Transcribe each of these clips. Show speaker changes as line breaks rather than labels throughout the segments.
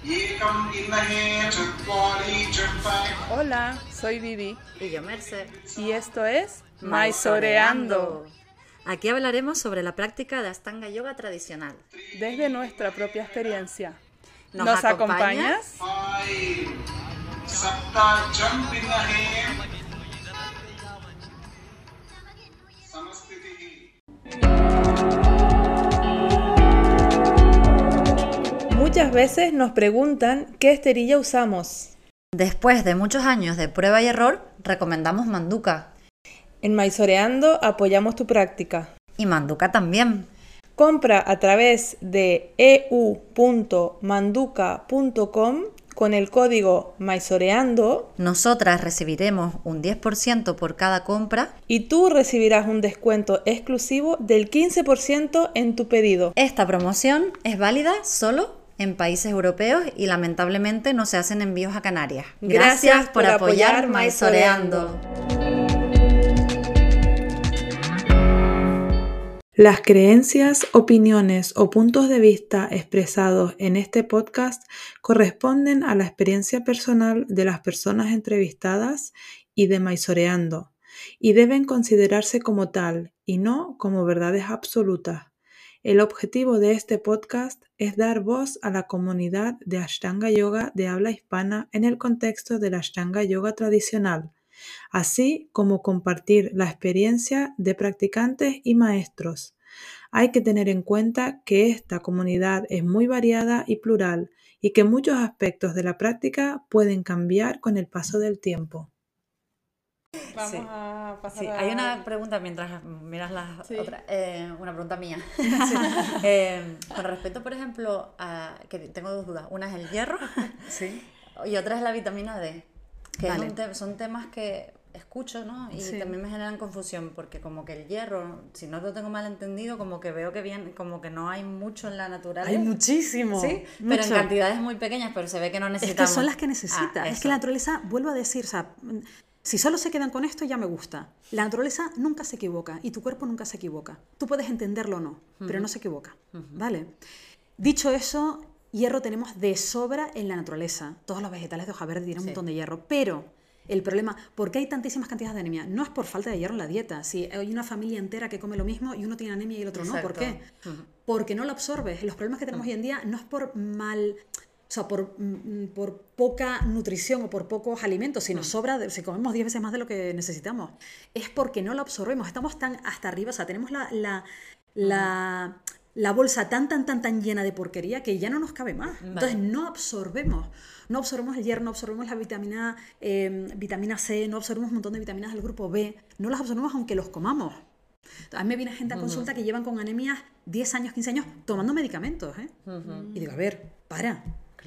Hola, soy Vivi.
Y yo, Merce.
Y esto es Maizoreando.
Aquí hablaremos sobre la práctica de Ashtanga Yoga tradicional.
Desde nuestra propia experiencia.
¿Nos
acompañas? Muchas veces nos preguntan qué esterilla usamos.
Después de muchos años de prueba y error, recomendamos Manduka.
En Maizoreando apoyamos tu práctica.
Y Manduka también.
Compra a través de eu.manduka.com con el código Maizoreando.
Nosotras recibiremos un 10% por cada compra.
Y tú recibirás un descuento exclusivo del 15% en tu pedido.
Esta promoción es válida solo en países europeos y lamentablemente no se hacen envíos a Canarias.
Gracias por apoyar Maizoreando. Las creencias, opiniones o puntos de vista expresados en este podcast corresponden a la experiencia personal de las personas entrevistadas y de Maizoreando, y deben considerarse como tal y no como verdades absolutas. El objetivo de este podcast es dar voz a la comunidad de Ashtanga Yoga de habla hispana en el contexto del Ashtanga Yoga tradicional, así como compartir la experiencia de practicantes y maestros. Hay que tener en cuenta que esta comunidad es muy variada y plural y que muchos aspectos de la práctica pueden cambiar con el paso del tiempo.
Vamos a pasar
Sí,
a...
hay una pregunta mientras miras las
Sí.
otras. Una pregunta mía. Con respecto, por ejemplo, a que tengo dos dudas. Una es el hierro
Sí.
y otra es la vitamina D. Que es
Vale.
son temas que escucho, ¿no? Y
Sí.
también me generan confusión porque como que el hierro, si no lo tengo mal entendido, como que veo que bien, como que no hay mucho en la naturaleza.
Hay muchísimo.
Sí, pero en
mucho.
cantidades muy pequeñas, pero se ve que no
Es
necesitamos.
que son las que necesita.
Ah,
Es
eso.
que la naturaleza, vuelvo a decir, o sea, si solo se quedan con esto ya me gusta. La naturaleza nunca se equivoca y tu cuerpo nunca se equivoca. Tú puedes entenderlo o no, pero no se equivoca. ¿Vale? Dicho eso, hierro tenemos de sobra en la naturaleza. Todos los vegetales de hoja verde tienen un montón de hierro, pero el problema, ¿por qué hay tantísimas cantidades de anemia? No es por falta de hierro en la dieta. Si hay una familia entera que come lo mismo y uno tiene anemia y el otro no, ¿por qué? Porque no lo absorbes. Los problemas que tenemos hoy en día no es por mal... O sea, por poca nutrición o por pocos alimentos, si nos sobra, si comemos 10 veces más de lo que necesitamos, es porque no lo absorbemos. Estamos tan hasta arriba, o sea, tenemos la bolsa tan llena de porquería que ya no nos cabe más. Entonces no absorbemos el hierro, no absorbemos la vitamina C, no absorbemos un montón de vitaminas del grupo B, no las absorbemos aunque los comamos. A mí me viene gente a consulta que llevan con anemias 10 años, 15 años tomando medicamentos, ¿eh? Y digo, a ver, para.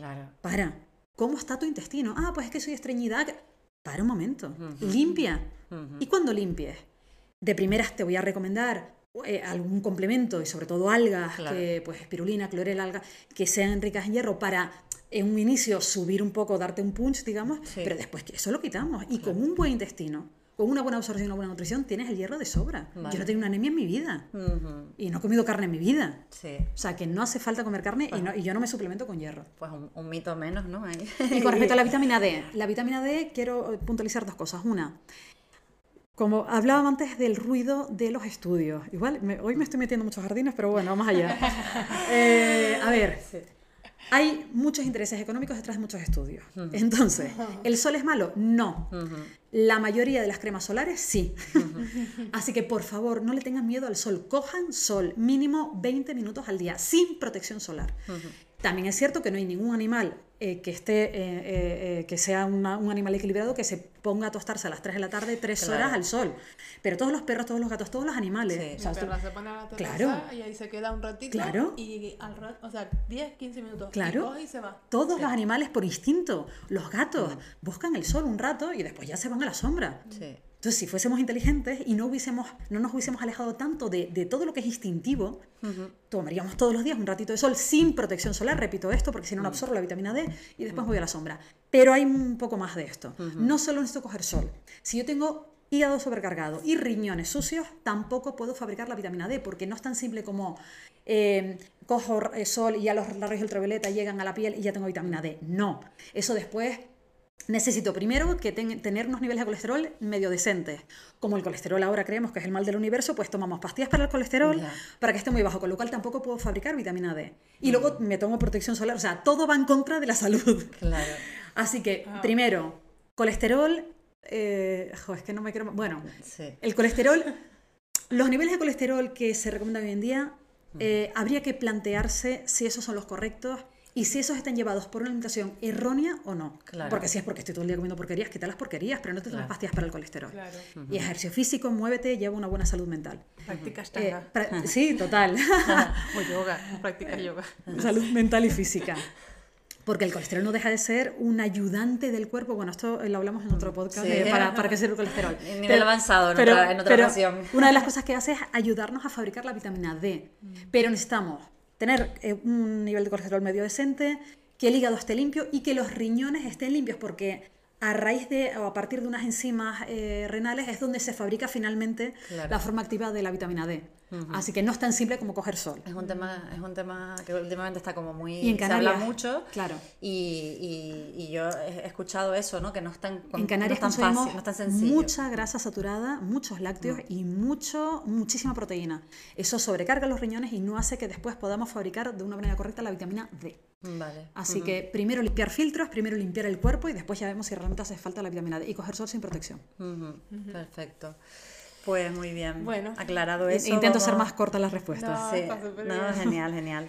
¿Cómo está tu intestino? Ah, pues es que soy estreñida. Para un momento. Limpia. ¿Y cuando limpies? De primeras te voy a recomendar algún complemento y sobre todo algas, que, pues espirulina, clorela, algas, que sean ricas en hierro para en un inicio subir un poco, darte un punch, digamos, pero después que eso lo quitamos. Y con un buen intestino, con una buena absorción y una buena nutrición, tienes el hierro de sobra.
Vale.
Yo no tengo una anemia en mi vida. Y no he comido carne en mi vida.
Sí.
O sea, que no hace falta comer carne y yo no me suplemento con hierro.
Pues un mito menos, ¿no? Ahí.
Y con respecto a la vitamina D. La vitamina D, quiero puntualizar dos cosas. Una, como hablaba antes del ruido de los estudios. Igual, hoy me estoy metiendo en muchos jardines, pero bueno, vamos allá. A ver, hay muchos intereses económicos detrás de muchos estudios. Entonces, ¿el sol es malo? No. La mayoría de las cremas solares, sí. Así que, por favor, no le tengan miedo al sol. Cojan sol, mínimo 20 minutos al día, sin protección solar. También es cierto que no hay ningún animal que sea un animal equilibrado que se ponga a tostarse a las 3 de la tarde 3 horas al sol. Pero todos los perros, todos los gatos, todos los animales.
Sí.
O sea,
Mi perra se pone a la terraza
Claro.
y ahí se queda un ratito
Claro.
y al rato, o sea, 10, 15 minutos.
Claro.
Y coge y se va.
Todos los animales por instinto, los gatos, buscan el sol un rato y después ya se van a la sombra.
Sí.
Entonces, si fuésemos inteligentes y no nos hubiésemos alejado tanto de todo lo que es instintivo, tomaríamos todos los días un ratito de sol sin protección solar, repito esto, porque si no, no absorbo la vitamina D y después voy a la sombra. Pero hay un poco más de esto. No solo necesito coger sol. Si yo tengo hígado sobrecargado y riñones sucios, tampoco puedo fabricar la vitamina D, porque no es tan simple como cojo sol y ya los rayos ultravioleta llegan a la piel y ya tengo vitamina D. No, eso después necesito primero que tener unos niveles de colesterol medio decentes. Como el colesterol ahora creemos que es el mal del universo, pues tomamos pastillas para el colesterol para que esté muy bajo, con lo cual tampoco puedo fabricar vitamina D. Y luego me tomo protección solar, o sea, todo va en contra de la salud.
Claro.
Así que, primero, colesterol, es que no me quiero... Bueno,
Sí.
el colesterol, los niveles de colesterol que se recomiendan hoy en día, habría que plantearse si esos son los correctos y si esos están llevados por una alimentación errónea o no.
Claro.
Porque si es porque estoy todo el día comiendo porquerías, quita las porquerías, pero no te tomas pastillas para el colesterol.
Claro.
Y ejercicio físico, muévete, lleva una buena salud mental.
Practica Ashtanga.
Sí, total.
O yoga. Practica yoga.
Salud mental y física. Porque el colesterol no deja de ser un ayudante del cuerpo. Bueno, esto lo hablamos en otro podcast,
Sí.
para qué sirve el colesterol.
Nivel avanzado en otra ocasión.
Una de las cosas que hace es ayudarnos a fabricar la vitamina D. Pero necesitamos tener un nivel de colesterol medio decente, que el hígado esté limpio y que los riñones estén limpios, porque a raíz de o a partir de unas enzimas renales es donde se fabrica finalmente la forma activa de la vitamina D. Así que no es tan simple como coger sol.
Es un tema que últimamente está como muy...
Y en
se habla
Canarias,
mucho.
claro.
Y yo he escuchado eso, ¿no? Que no es tan,
En Canarias
no es tan
consumimos
fácil, no es tan sencillo.
mucha grasa saturada, muchos lácteos y muchísima proteína. Eso sobrecarga los riñones y no hace que después podamos fabricar de una manera correcta la vitamina D.
Vale.
Así que primero limpiar filtros, primero limpiar el cuerpo y después ya vemos si realmente hace falta la vitamina D y coger sol sin protección.
Perfecto. Pues muy bien.
Bueno.
Aclarado eso.
Intento
vamos-
ser más corta las respuestas.
No,
Sí.
está súper
No,
bien.
genial.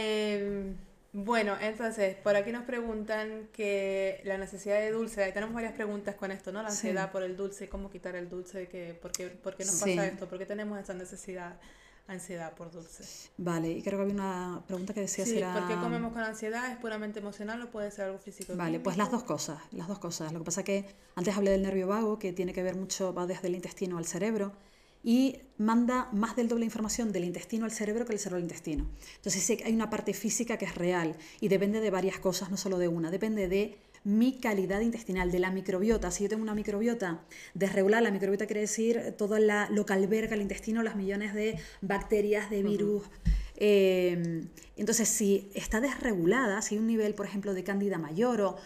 Bueno, entonces, por aquí nos preguntan que la necesidad de dulce, tenemos varias preguntas con esto, ¿no? La
Sí.
ansiedad por el dulce, cómo quitar el dulce, por qué nos
Sí.
pasa esto, por qué tenemos esa necesidad, ansiedad por dulce.
Vale, y creo que había una pregunta que decía
Sí,
si era...
¿por qué comemos con ansiedad? ¿Es puramente emocional o puede ser algo físico?
Vale, pues las dos cosas. Lo que pasa es que antes hablé del nervio vago, que tiene que ver mucho, va desde el intestino al cerebro, y manda más del doble de información del intestino al cerebro que el cerebro al intestino. Entonces sí hay una parte física que es real y depende de varias cosas, no solo de una. Depende de mi calidad intestinal, de la microbiota. Si yo tengo una microbiota desregulada, la microbiota quiere decir todo lo que alberga el intestino, las millones de bacterias, de virus. Entonces, si está desregulada, si hay un nivel, por ejemplo, de cándida mayor o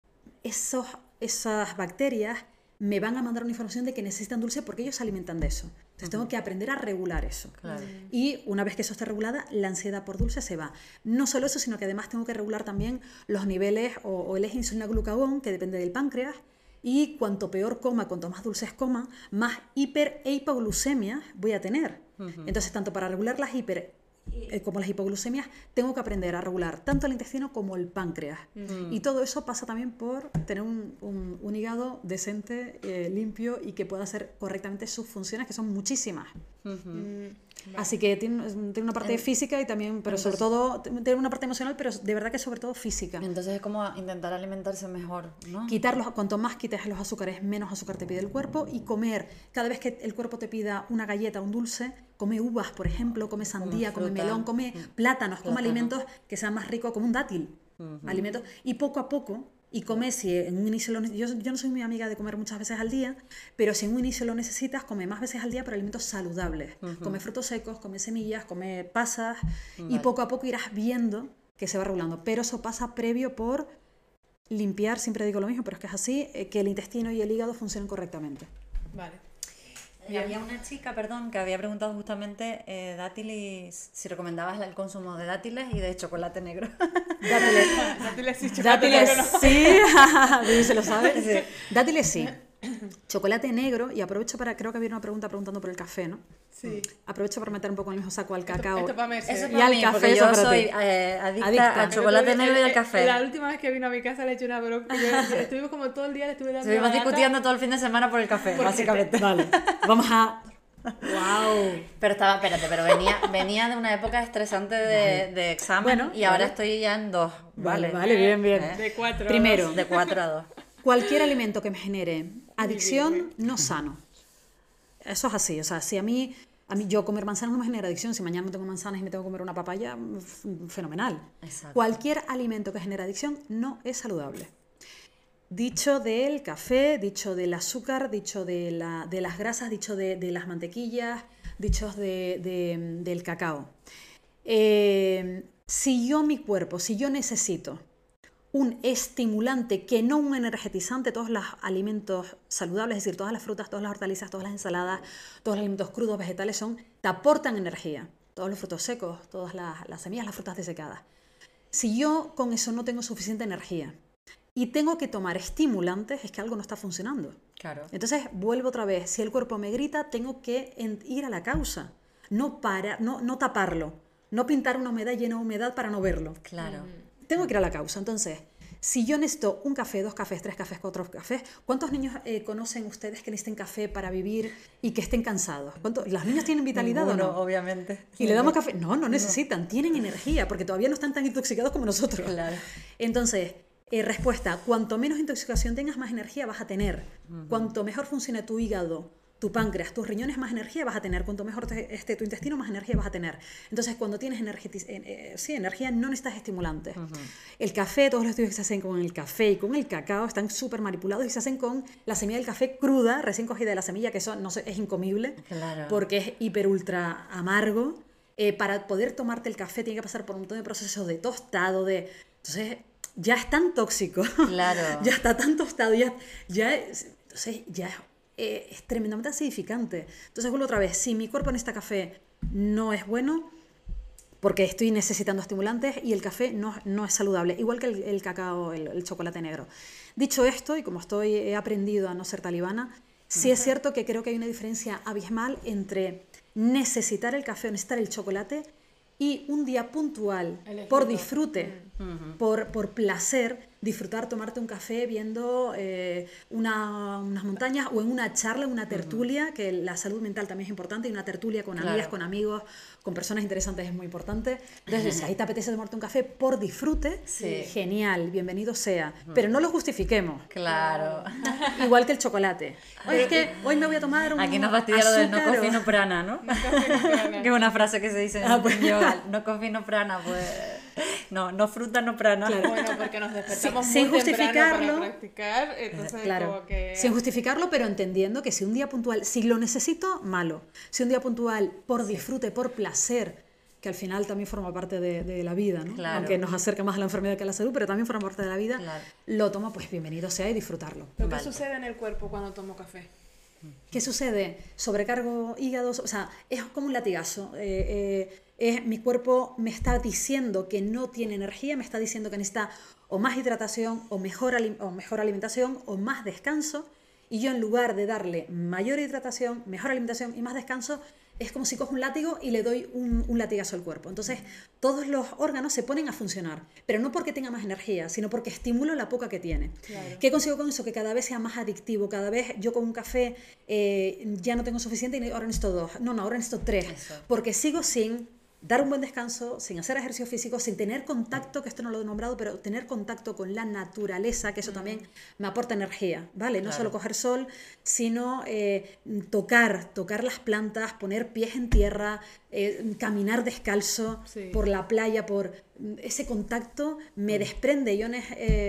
esas bacterias me van a mandar una información de que necesitan dulce porque ellos se alimentan de eso. Entonces tengo que aprender a regular eso.
Claro.
Y una vez que eso esté regulada, la ansiedad por dulce se va. No solo eso, sino que además tengo que regular también los niveles o el eje insulina-glucagón, que depende del páncreas. Y cuanto peor coma, cuanto más dulces coma, más hiper e hipoglucemia voy a tener. Entonces, tanto para regular las hiper como las hipoglucemias, tengo que aprender a regular tanto el intestino como el páncreas. Y todo eso pasa también por tener un hígado decente, limpio y que pueda hacer correctamente sus funciones, que son muchísimas. Así que tiene una parte física y también, pero sobre todo, tiene una parte emocional, pero de verdad que sobre todo física.
Entonces es como intentar alimentarse mejor, ¿no?
Cuanto más quites los azúcares, menos azúcar te pide el cuerpo, y comer, cada vez que el cuerpo te pida una galleta, un dulce, come uvas, por ejemplo, come sandía, come
fruta.
melón, come plátanos, come alimentos que sean más ricos, como un dátil. Alimentos, y poco a poco, y come si en un inicio yo no soy muy amiga de comer muchas veces al día, pero si en un inicio lo necesitas, come más veces al día, pero alimentos saludables. Come frutos secos, come semillas, come pasas, y poco a poco irás viendo que se va regulando. Pero eso pasa previo por limpiar, siempre digo lo mismo, pero es que es así, que el intestino y el hígado funcionen correctamente.
Vale.
Había una chica, perdón, que había preguntado justamente dátiles, si recomendabas el consumo de dátiles y de chocolate negro.
Dátiles sí, chocolate
Dátiles
negro no.
sí, Vivi se lo sabe. Sí. Dátiles sí. Chocolate negro, y aprovecho para, creo que había una pregunta preguntando por el café, ¿no?
Sí.
Aprovecho para meter un poco en el mismo saco al cacao.
Esto para Mercedes.
Eso es
Y
para
al
mí,
café,
porque
eso
yo
para
soy
ti.
adicta
Adicta.
al chocolate negro y al café.
La última vez que vino a mi casa le eché una bronca. Estuvimos como todo el día, le estuve dando
Estuvimos
la lata.
discutiendo todo el fin de semana por el café, básicamente.
Vale, vamos a... ¡Wow!
Pero venía de una época estresante de examen
Bueno,
y ahora
vale.
estoy ya en 2.
Vale, bien.
De 4.
Primero,
De 4 a 2.
cualquier alimento que me genere adicción no sano. Eso es así. O sea, si a mí yo comer manzanas no me genera adicción, si mañana no tengo manzanas y me tengo que comer una papaya, fenomenal.
Exacto.
Cualquier alimento que genere adicción no es saludable. Dicho del café, dicho del azúcar, dicho de las grasas, dicho de las mantequillas, dichos del cacao. Si yo necesito un estimulante que no un energetizante, todos los alimentos saludables, es decir, todas las frutas, todas las hortalizas, todas las ensaladas, todos los alimentos crudos, vegetales, te aportan energía. Todos los frutos secos, todas las semillas, las frutas desecadas. Si yo con eso no tengo suficiente energía y tengo que tomar estimulantes, es que algo no está funcionando.
Claro.
Entonces vuelvo otra vez. Si el cuerpo me grita, tengo que ir a la causa. No taparlo. No pintar una humedad llena de humedad para no verlo.
Claro.
Tengo que ir a la causa. Entonces, si yo necesito un café, 2 cafés, 3 cafés, 4 cafés, ¿cuántos niños conocen ustedes que necesiten café para vivir y que estén cansados? ¿Los niños tienen vitalidad
Ninguno,
o no?
obviamente.
¿Y le damos café? No necesitan. Tienen energía porque todavía no están tan intoxicados como nosotros.
Claro.
Entonces, respuesta, cuanto menos intoxicación tengas, más energía vas a tener. Cuanto mejor funcione tu hígado, tu páncreas, tus riñones, más energía vas a tener. Cuanto mejor esté tu intestino, más energía vas a tener. Entonces, cuando tienes energía, no necesitas estimulantes. El café, todos los estudios que se hacen con el café y con el cacao están súper manipulados y se hacen con la semilla del café cruda, recién cogida de la semilla, que eso es incomible,
Claro.
porque es hiper ultra amargo. Para poder tomarte el café tiene que pasar por un montón de procesos de tostado, entonces ya es tan tóxico,
Claro.
ya está tan tostado, entonces ya es tremendamente acidificante. Entonces vuelvo otra vez, si mi cuerpo necesita café no es bueno porque estoy necesitando estimulantes y el café no es saludable, igual que el cacao, el chocolate negro. Dicho esto, y como he aprendido a no ser talibana, sí es cierto que creo que hay una diferencia abismal entre necesitar el café o necesitar el chocolate y un día puntual, por disfrute, por placer, disfrutar, tomarte un café viendo unas montañas o en una charla, una tertulia, que la salud mental también es importante, y una tertulia con amigas, con amigos, con personas interesantes es muy importante. Entonces, si ahí te apetece tomarte un café por disfrute, genial, bienvenido sea. Pero no lo justifiquemos.
Claro.
Igual que el chocolate. Oye, es que hoy me voy a tomar un
Aquí nos fastidia lo del no
azúcar
coffee no prana, ¿no? Que es una frase que se dice en yoga. No coffee no prana, pues... No fruta, no prana.
Bueno, porque nos despertamos
Sin
muy temprano
justificarlo.
para practicar, entonces como que...
Sin justificarlo, pero entendiendo que si un día puntual, si lo necesito, malo. Si un día puntual, por disfrute, por placer, que al final también forma parte de la vida, ¿no?
Claro.
Aunque nos acerca más a la enfermedad que a la salud, pero también forma parte de la vida,
Claro.
lo tomo, pues bienvenido sea y disfrutarlo.
¿Pero qué sucede en el cuerpo cuando tomo café?
¿Qué sucede? Sobrecargo hígado, o sea, es como un latigazo. Mi cuerpo me está diciendo que no tiene energía, me está diciendo que necesita o más hidratación, o mejor alimentación, o más descanso. Y yo, en lugar de darle mayor hidratación, mejor alimentación y más descanso, es como si cojo un látigo y le doy un latigazo al cuerpo. Entonces, todos los órganos se ponen a funcionar, pero no porque tenga más energía, sino porque estimulo la poca que tiene.
Claro.
¿Qué consigo con eso? Que cada vez sea más adictivo, cada vez yo con un café ya no tengo suficiente y ahora necesito 2. No, ahora necesito 3,
Eso.
porque sigo sin dar un buen descanso, sin hacer ejercicio físico, sin tener contacto, que esto no lo he nombrado, pero tener contacto con la naturaleza, que eso también me aporta energía, ¿vale? No solo coger sol, sino tocar las plantas, poner pies en tierra, caminar descalzo por la playa, por ese contacto me desprende iones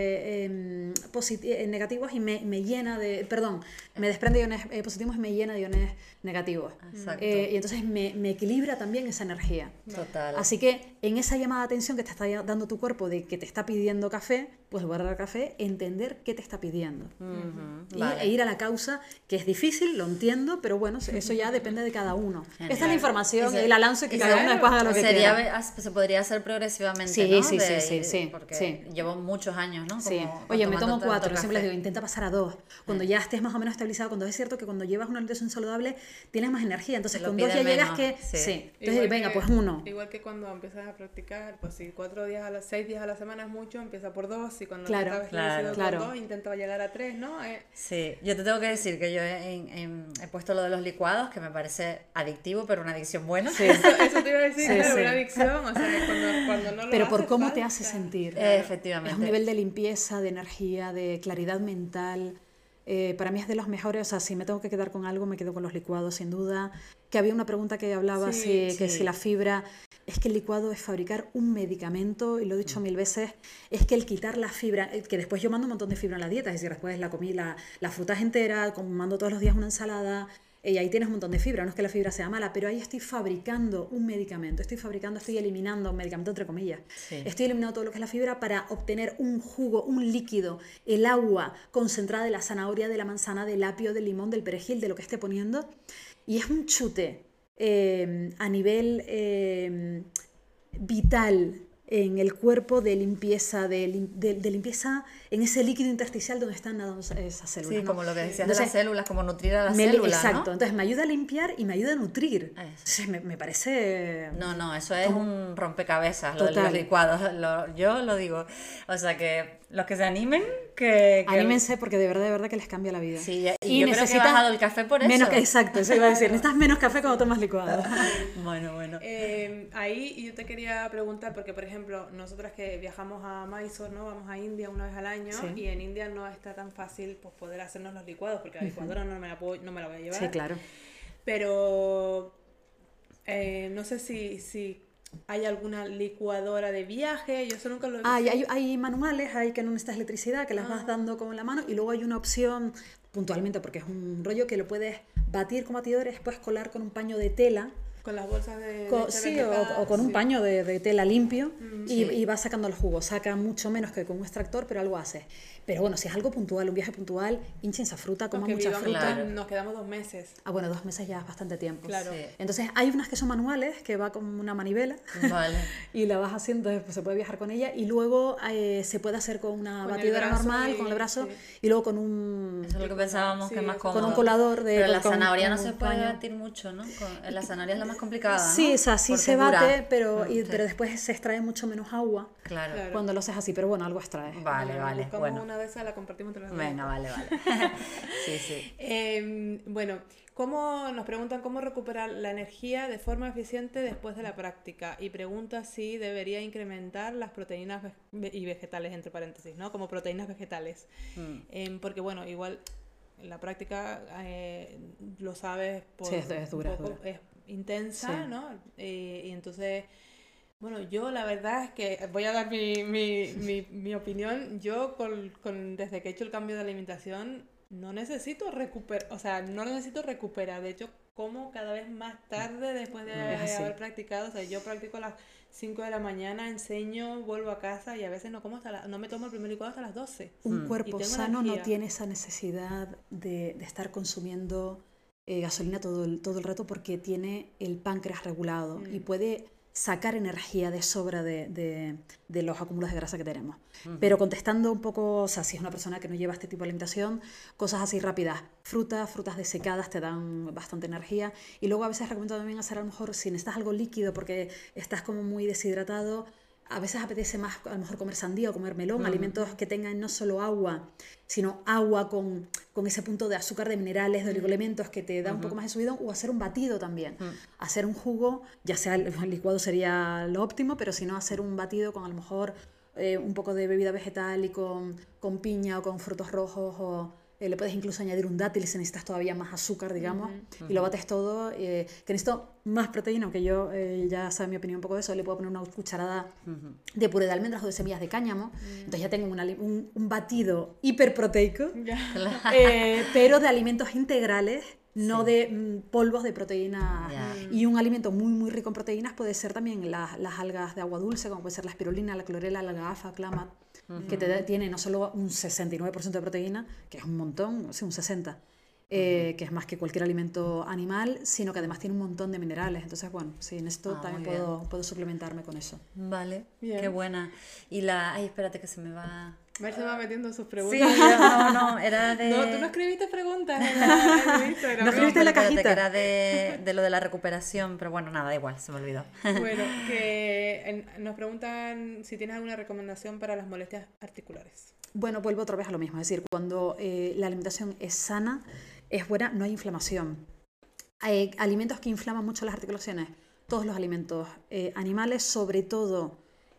negativos y me llena de, me desprende iones positivos y me llena de iones negativos.
Exacto.
Y entonces me equilibra también esa energía.
Total.
Así que en esa llamada de atención que te está dando tu cuerpo de que te está pidiendo café, pues guardar café, entender qué te está pidiendo. E ir a la causa, que es difícil, lo entiendo, pero bueno, eso ya depende de cada uno.
Genial.
Esta es la información y la lanzo y que
y
cada uno después haga lo que quiera.
Se podría hacer progresivamente,
Sí,
¿no?
sí,
Porque
sí.
llevo muchos años, ¿no?
Sí.
Como
Oye, me
tomando
tomo 4,
tanto
siempre les
café.
digo, intenta pasar a 2. Cuando ya estés más o menos estabilizado, cuando es cierto que cuando llevas una alimentación saludable tienes más energía, entonces
Te lo
con 2 ya
piden
llegas
menos,
que...
sí.
Entonces,
Igual
venga,
que-
pues 1.
Igual que cuando empiezas a practicar, pues si 6 días a la semana es mucho, empieza por 2, y cuando
Claro,
ya estás
claro,
establecido
claro.
con 2, intenta llegar a 3, ¿no?
Sí, yo te tengo que decir que yo he puesto lo de los licuados, que me parece adictivo, pero una adicción buena.
Eso te iba a decir,
Sí,
claro,
sí.
una adicción, o sea, cuando no lo
Pero por
haces,
cómo
falta.
te hace sentir.
Efectivamente.
Es un nivel de limpieza, de energía, de claridad mental. Para mí es de los mejores. O sea, si me tengo que quedar con algo, me quedo con los licuados, sin duda. Que había una pregunta que hablaba
Sí,
que
sí.
si la fibra... es que el licuado es fabricar un medicamento, y lo he dicho 1000 veces, es que el quitar la fibra, que después yo mando un montón de fibra en la dieta, es decir, después la fruta es entera, mando todos los días una ensalada, y ahí tienes un montón de fibra, no es que la fibra sea mala, pero ahí estoy fabricando un medicamento, estoy eliminando un medicamento entre comillas. Sí. Estoy eliminando todo lo que es la fibra para obtener un jugo, un líquido, el agua concentrada de la zanahoria, de la manzana, del apio, del limón, del perejil, de lo que esté poniendo. Y es un chute a nivel vital en el cuerpo de limpieza, de limpieza en ese líquido intersticial donde están nadando esas células.
Sí, como lo que decías de las células, como nutrir a las células,
exacto,
¿no?
Entonces me ayuda a limpiar y me ayuda a nutrir. Entonces, me parece...
No, eso es un rompecabezas, lo de los licuados, yo lo digo. O sea que los que se animen, que...
Anímense porque de verdad que les cambia la vida.
Sí, y yo creo que he bajado el café por eso.
Exacto, eso iba a decir. Necesitas menos café cuando tomas licuado.
Bueno.
Ahí yo te quería preguntar, porque por ejemplo, nosotras que viajamos a Mysore, ¿no? Vamos a India una vez al año, sí. Y en India no está tan fácil pues, poder hacernos los licuados, porque la licuadora no me la voy a llevar.
Sí, claro.
Pero no sé si hay alguna licuadora de viaje, yo eso nunca lo he visto.
Hay manuales, hay que no necesitas electricidad, que las vas dando con la mano, y luego hay una opción, puntualmente, porque es un rollo que lo puedes batir con batidores, puedes colar con un paño de tela.
Con las bolsas de
sí, o con un paño de tela limpio, y vas sacando el jugo. Saca mucho menos que con un extractor, pero algo hace. Pero bueno, si es algo puntual, un viaje puntual, hinchen esa fruta, coman mucha fruta.
Claro. Nos quedamos 2 meses.
Bueno, 2 meses ya es bastante tiempo.
Claro. Sí.
Entonces hay unas que son manuales, que va con una manivela,
vale.
y la vas haciendo, pues se puede viajar con ella, y luego se puede hacer con una batidora normal, con el brazo, y luego con un...
Eso es lo que pensábamos que es más cómodo.
Con un colador de...
Pero la zanahoria no se puede batir mucho, ¿no? La zanahoria es la más complicada, ¿no?
Sí, o sea, sí se bate, pero después se extrae mucho menos agua cuando lo haces así, pero bueno, algo extrae.
Vale.
Buscamos una de esas, la compartimos entre las dos.
Venga, vale. Sí.
Bueno, nos preguntan cómo recuperar la energía de forma eficiente después de la práctica, y pregunta si debería incrementar las proteínas y vegetales, entre paréntesis, ¿no? Como proteínas vegetales. Porque bueno, igual en la práctica lo sabes por
sí, es dura.
Es intensa, sí. ¿no? Y entonces, bueno, yo la verdad es que voy a dar mi opinión. Yo desde que he hecho el cambio de alimentación no necesito recuperar. De hecho, como cada vez más tarde después de haber practicado. O sea, yo practico a las 5 de la mañana, enseño, vuelvo a casa, y a veces no me tomo el primer licuado hasta las 12.
Un cuerpo sano no tiene esa necesidad de estar consumiendo gasolina todo el rato, porque tiene el páncreas regulado y puede sacar energía de sobra de los acúmulos de grasa que tenemos. Pero contestando un poco, o sea, si es una persona que no lleva este tipo de alimentación, cosas así rápidas, frutas desecadas te dan bastante energía, y luego a veces recomiendo también hacer, a lo mejor, si necesitas algo líquido porque estás como muy deshidratado, a veces apetece más a lo mejor comer sandía o comer melón, alimentos que tengan no solo agua, sino agua con ese punto de azúcar, de minerales, de oligoelementos que te da un poco más de subidón, o hacer un batido también. Hacer un jugo, ya sea el licuado sería lo óptimo, pero si no, hacer un batido con a lo mejor un poco de bebida vegetal y con piña o con frutos rojos, o le puedes incluso añadir un dátil si necesitas todavía más azúcar, digamos, y lo bates todo. Que necesito más proteína, aunque yo ya sabe mi opinión un poco de eso, le puedo poner una cucharada de puré de almendras o de semillas de cáñamo, entonces ya tengo un batido hiperproteico, pero de alimentos integrales, no de polvos de proteína. Y un alimento muy, muy rico en proteínas puede ser también las algas de agua dulce, como puede ser la espirulina, la clorela, la alga-alfa, clamat, que tiene no solo un 69% de proteína, que es un montón, sí, un 60%, que es más que cualquier alimento animal, sino que además tiene un montón de minerales. Entonces, bueno, sí, en esto también puedo suplementarme con eso.
Vale, bien. Qué buena. Y ay, espérate que se me va...
Mar se va metiendo sus preguntas.
Sí, no, era de...
No, tú no escribiste preguntas en Instagram.
No escribiste en la cajita.
Que era de lo de la recuperación, pero bueno, nada, igual, se me olvidó.
Bueno, que nos preguntan si tienes alguna recomendación para las molestias articulares.
Bueno, vuelvo otra vez a lo mismo. Es decir, cuando la alimentación es sana, es buena, no hay inflamación. Hay alimentos que inflaman mucho las articulaciones. Todos los alimentos animales, sobre todo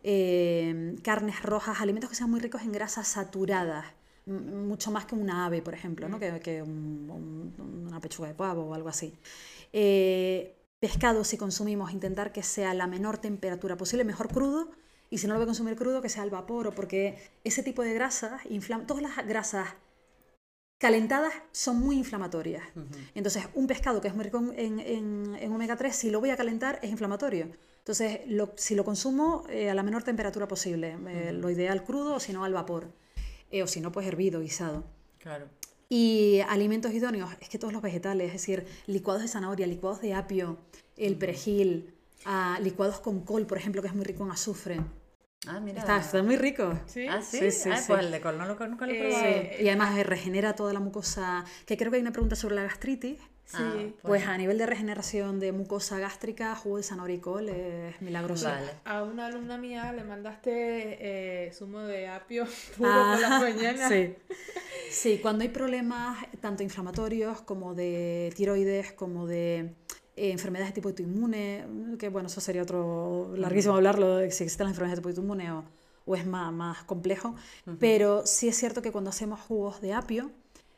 carnes rojas, alimentos que sean muy ricos en grasas saturadas, mucho más que una ave, por ejemplo, ¿no? que una pechuga de pavo o algo así. pescado, si consumimos, intentar que sea la menor temperatura posible, mejor crudo, y si no lo voy a consumir crudo, que sea al vapor, porque ese tipo de grasas, todas las grasas calentadas son muy inflamatorias. Entonces, un pescado que es muy rico en omega 3, si lo voy a calentar, es inflamatorio. Entonces, si lo consumo a la menor temperatura posible, lo ideal crudo, o si no al vapor, o si no, pues hervido, guisado.
Claro.
Y alimentos idóneos, es que todos los vegetales, es decir, licuados de zanahoria, licuados de apio, el perejil, licuados con col, por ejemplo, que es muy rico en azufre.
Ah, mira.
Está muy rico.
¿Sí?
Ah, sí.
Sí,
Pues el de col nunca lo he probado.
Sí. Y además regenera toda la mucosa, que creo que hay una pregunta sobre la gastritis.
Sí.
Pues a nivel de regeneración de mucosa gástrica, jugo de zanahoria y col es milagroso.
Vale.
A una alumna mía le mandaste zumo de apio puro por las mañanas.
Sí, cuando hay problemas tanto inflamatorios como de tiroides, como de enfermedades de tipo autoinmune, que bueno, eso sería otro larguísimo hablarlo, de si existen las enfermedades de tipo autoinmune o es más complejo, pero sí es cierto que cuando hacemos jugos de apio,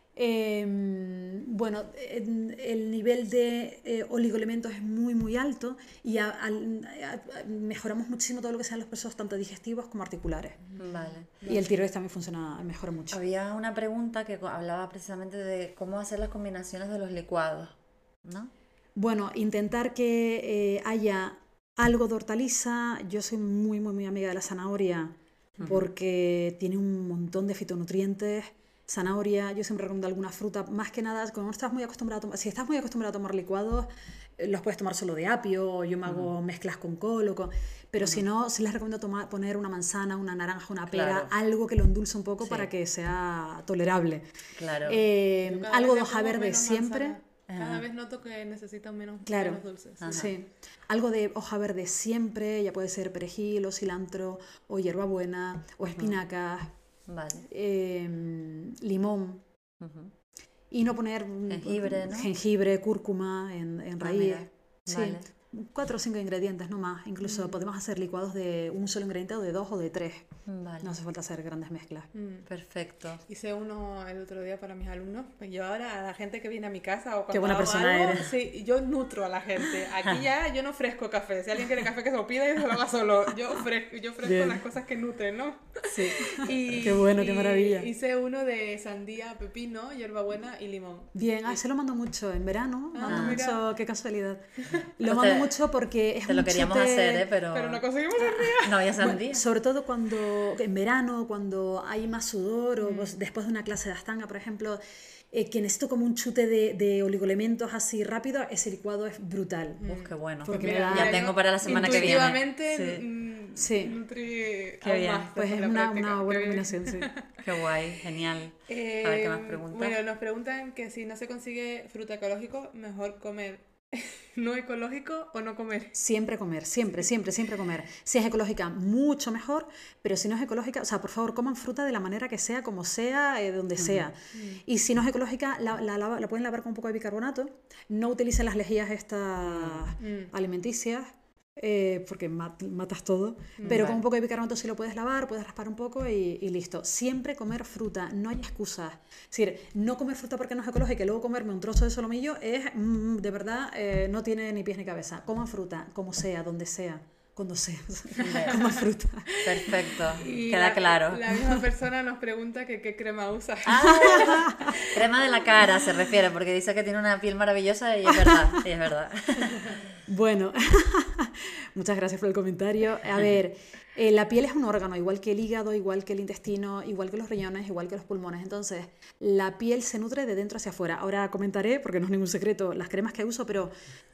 bueno, el nivel de oligoelementos es muy muy alto y mejoramos muchísimo todo lo que sean los procesos tanto digestivos como articulares.
Vale.
Y el tiroides también mejora mucho.
Había una pregunta que hablaba precisamente de cómo hacer las combinaciones de los licuados, ¿no?
Bueno, intentar que haya algo de hortaliza. Yo soy muy muy muy amiga de la zanahoria porque tiene un montón de fitonutrientes. Zanahoria, yo siempre recomiendo alguna fruta, más que nada, como no estás muy acostumbrado a tomar, si estás muy acostumbrado a tomar licuados, los puedes tomar solo de apio, o yo me hago mezclas con col, pero si no, sí les recomiendo poner una manzana, una naranja, una pera, algo que lo endulce un poco para que sea tolerable.
Claro.
Algo de hoja verde siempre.
Cada vez noto que necesitan menos dulces.
Sí. Algo de hoja verde siempre, ya puede ser perejil o cilantro o hierbabuena o espinacas.
Vale.
Limón. Y no poner
jengibre, ¿no?
Jengibre, cúrcuma en raíz.
Mira.
Sí.
Vale.
4 o 5 ingredientes, no más. Incluso podemos hacer licuados de un solo ingrediente o de 2 o de 3.
Vale.
No hace falta hacer grandes mezclas.
Perfecto.
Hice uno el otro día para mis alumnos. Yo ahora a la gente que viene a mi casa o cuando
Qué buena
hago
persona
algo,
eres.
Sí, yo nutro a la gente. Aquí ya yo no ofrezco café. Si alguien quiere café que se lo pida y se lo haga solo. Yo ofrezco las cosas que nutren, ¿no?
Sí.
Y,
Qué bueno, qué maravilla.
Hice uno de sandía, pepino, hierbabuena y limón.
Bien, se lo mando mucho en verano. Mando mucho, qué casualidad. Lo
Pues
mando mucho porque es
te
un
lo queríamos
chute-
hacer, pero
no conseguimos sandía.
no había sandía.
Sobre todo cuando en verano, cuando hay más sudor o después de una clase de Ashtanga, por ejemplo, que necesito como un chute de oligoelementos así rápido, ese licuado es brutal.
Qué bueno.
Porque
Mira,
ya tengo para la semana que viene.
Intuitivamente
Sí.
nutri
Qué bien.
más
Pues
después
es
de la
una
práctica.
buena
Qué bien.
combinación, sí.
Qué guay, genial. A ver qué más preguntas.
Bueno, nos preguntan que si no se consigue fruta ecológico, mejor comer no ecológico o no comer.
Siempre comer, siempre comer. Si es ecológica, mucho mejor, pero si no es ecológica, o sea, por favor, coman fruta de la manera que sea, como sea, de donde sea. Y si no es ecológica, la pueden lavar con un poco de bicarbonato. No utilicen las lejías estas alimenticias, porque matas todo. Pero con un poco de bicarbonato sí lo puedes lavar, puedes raspar un poco y listo. Siempre comer fruta, no hay excusas. Es decir, no comer fruta porque no es ecológica y luego comerme un trozo de solomillo es, de verdad, no tiene ni pies ni cabeza. Coman fruta, como sea, donde sea, cuando sea. Coman fruta.
Perfecto,
Y
queda claro.
La misma persona nos pregunta que qué crema usa.
Crema de la cara se refiere, porque dice que tiene una piel maravillosa y es verdad, y es verdad.
Bueno, muchas gracias por el comentario. A ver, la piel es un órgano, igual que el hígado, igual que el intestino, igual que los riñones, igual que los pulmones. Entonces, la piel se nutre de dentro hacia afuera. Ahora comentaré, porque no es ningún secreto, las cremas que uso, pero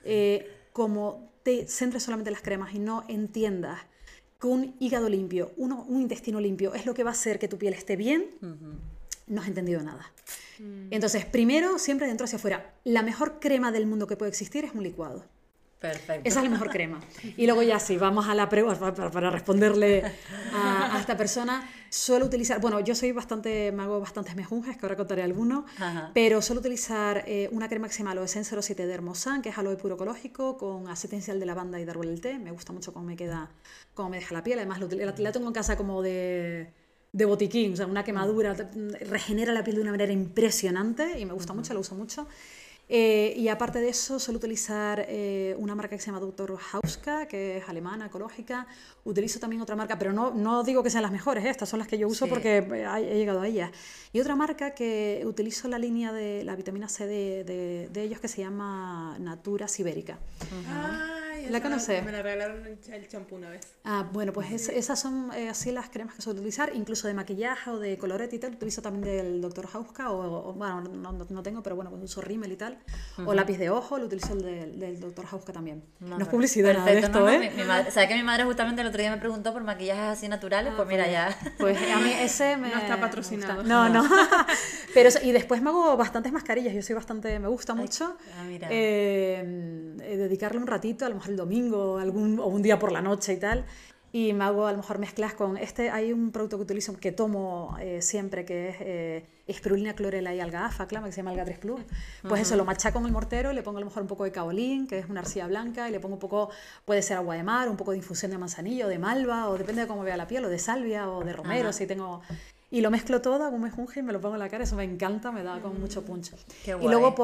como te centres solamente en las cremas y no entiendas que un hígado limpio, un intestino limpio es lo que va a hacer que tu piel esté bien, no has entendido nada. Entonces, primero, siempre de dentro hacia afuera. La mejor crema del mundo que puede existir es un licuado.
Perfecto.
Esa es la mejor crema. Y luego ya sí, vamos a la pregunta para responderle a esta persona. Suelo utilizar, bueno, yo me hago bastantes mejunjes, que ahora contaré algunos, pero suelo utilizar una crema que se llama Aloe Essence 07 de Hermosan, que es aloe puro ecológico, con aceite esencial de lavanda y de árbol del té. Me gusta mucho cómo me deja la piel. Además, la tengo en casa como de botiquín, o sea, una quemadura, regenera la piel de una manera impresionante y me gusta mucho, lo uso mucho. Y aparte de eso, suelo utilizar una marca que se llama Dr. Hauska, que es alemana, ecológica. Utilizo también otra marca, pero no digo que sean las mejores, estas son las que yo uso
Sí.
porque he llegado a ellas. Y otra marca que utilizo la línea de la vitamina C de ellos, que se llama Natura Sibérica.
Ay,
¿La
esa
conoces?
Me la regalaron el champú una vez.
Ah, bueno, pues esas son así las cremas que suelo utilizar, incluso de maquillaje o de colorete y tal. Utilizo también del Dr. Hauska, bueno, no tengo, pero bueno, pues uso rímel y tal. O lápiz de ojo, lo utilizo el del Dr. Hauska también. No es publicidad nada de esto, ¿eh?
Mi madre, ¿sabes que mi madre justamente el otro día me preguntó por maquillajes así naturales? Pues mira, ya.
Pues a mí ese me...
No está
me
patrocinado.
gusta. No. Pero y después me hago bastantes mascarillas. Yo soy bastante... Me gusta mucho
mira.
dedicarle un ratito, a lo mejor el domingo o un día por la noche y tal. Y me hago a lo mejor mezclas con... Hay un producto que utilizo, que tomo siempre, que es espirulina, clorela y alga afaclama, que se llama Alga 3 Plus. Pues eso, lo machaco en el mortero, le pongo a lo mejor un poco de caolín, que es una arcilla blanca, y le pongo un poco, puede ser agua de mar, un poco de infusión de manzanillo, de malva, o depende de cómo vea la piel, o de salvia, o de romero, si tengo... Y lo mezclo todo, hago un mejunje y me lo pongo en la cara, eso me encanta, me da con mucho punch.
Qué
Y
guay.
luego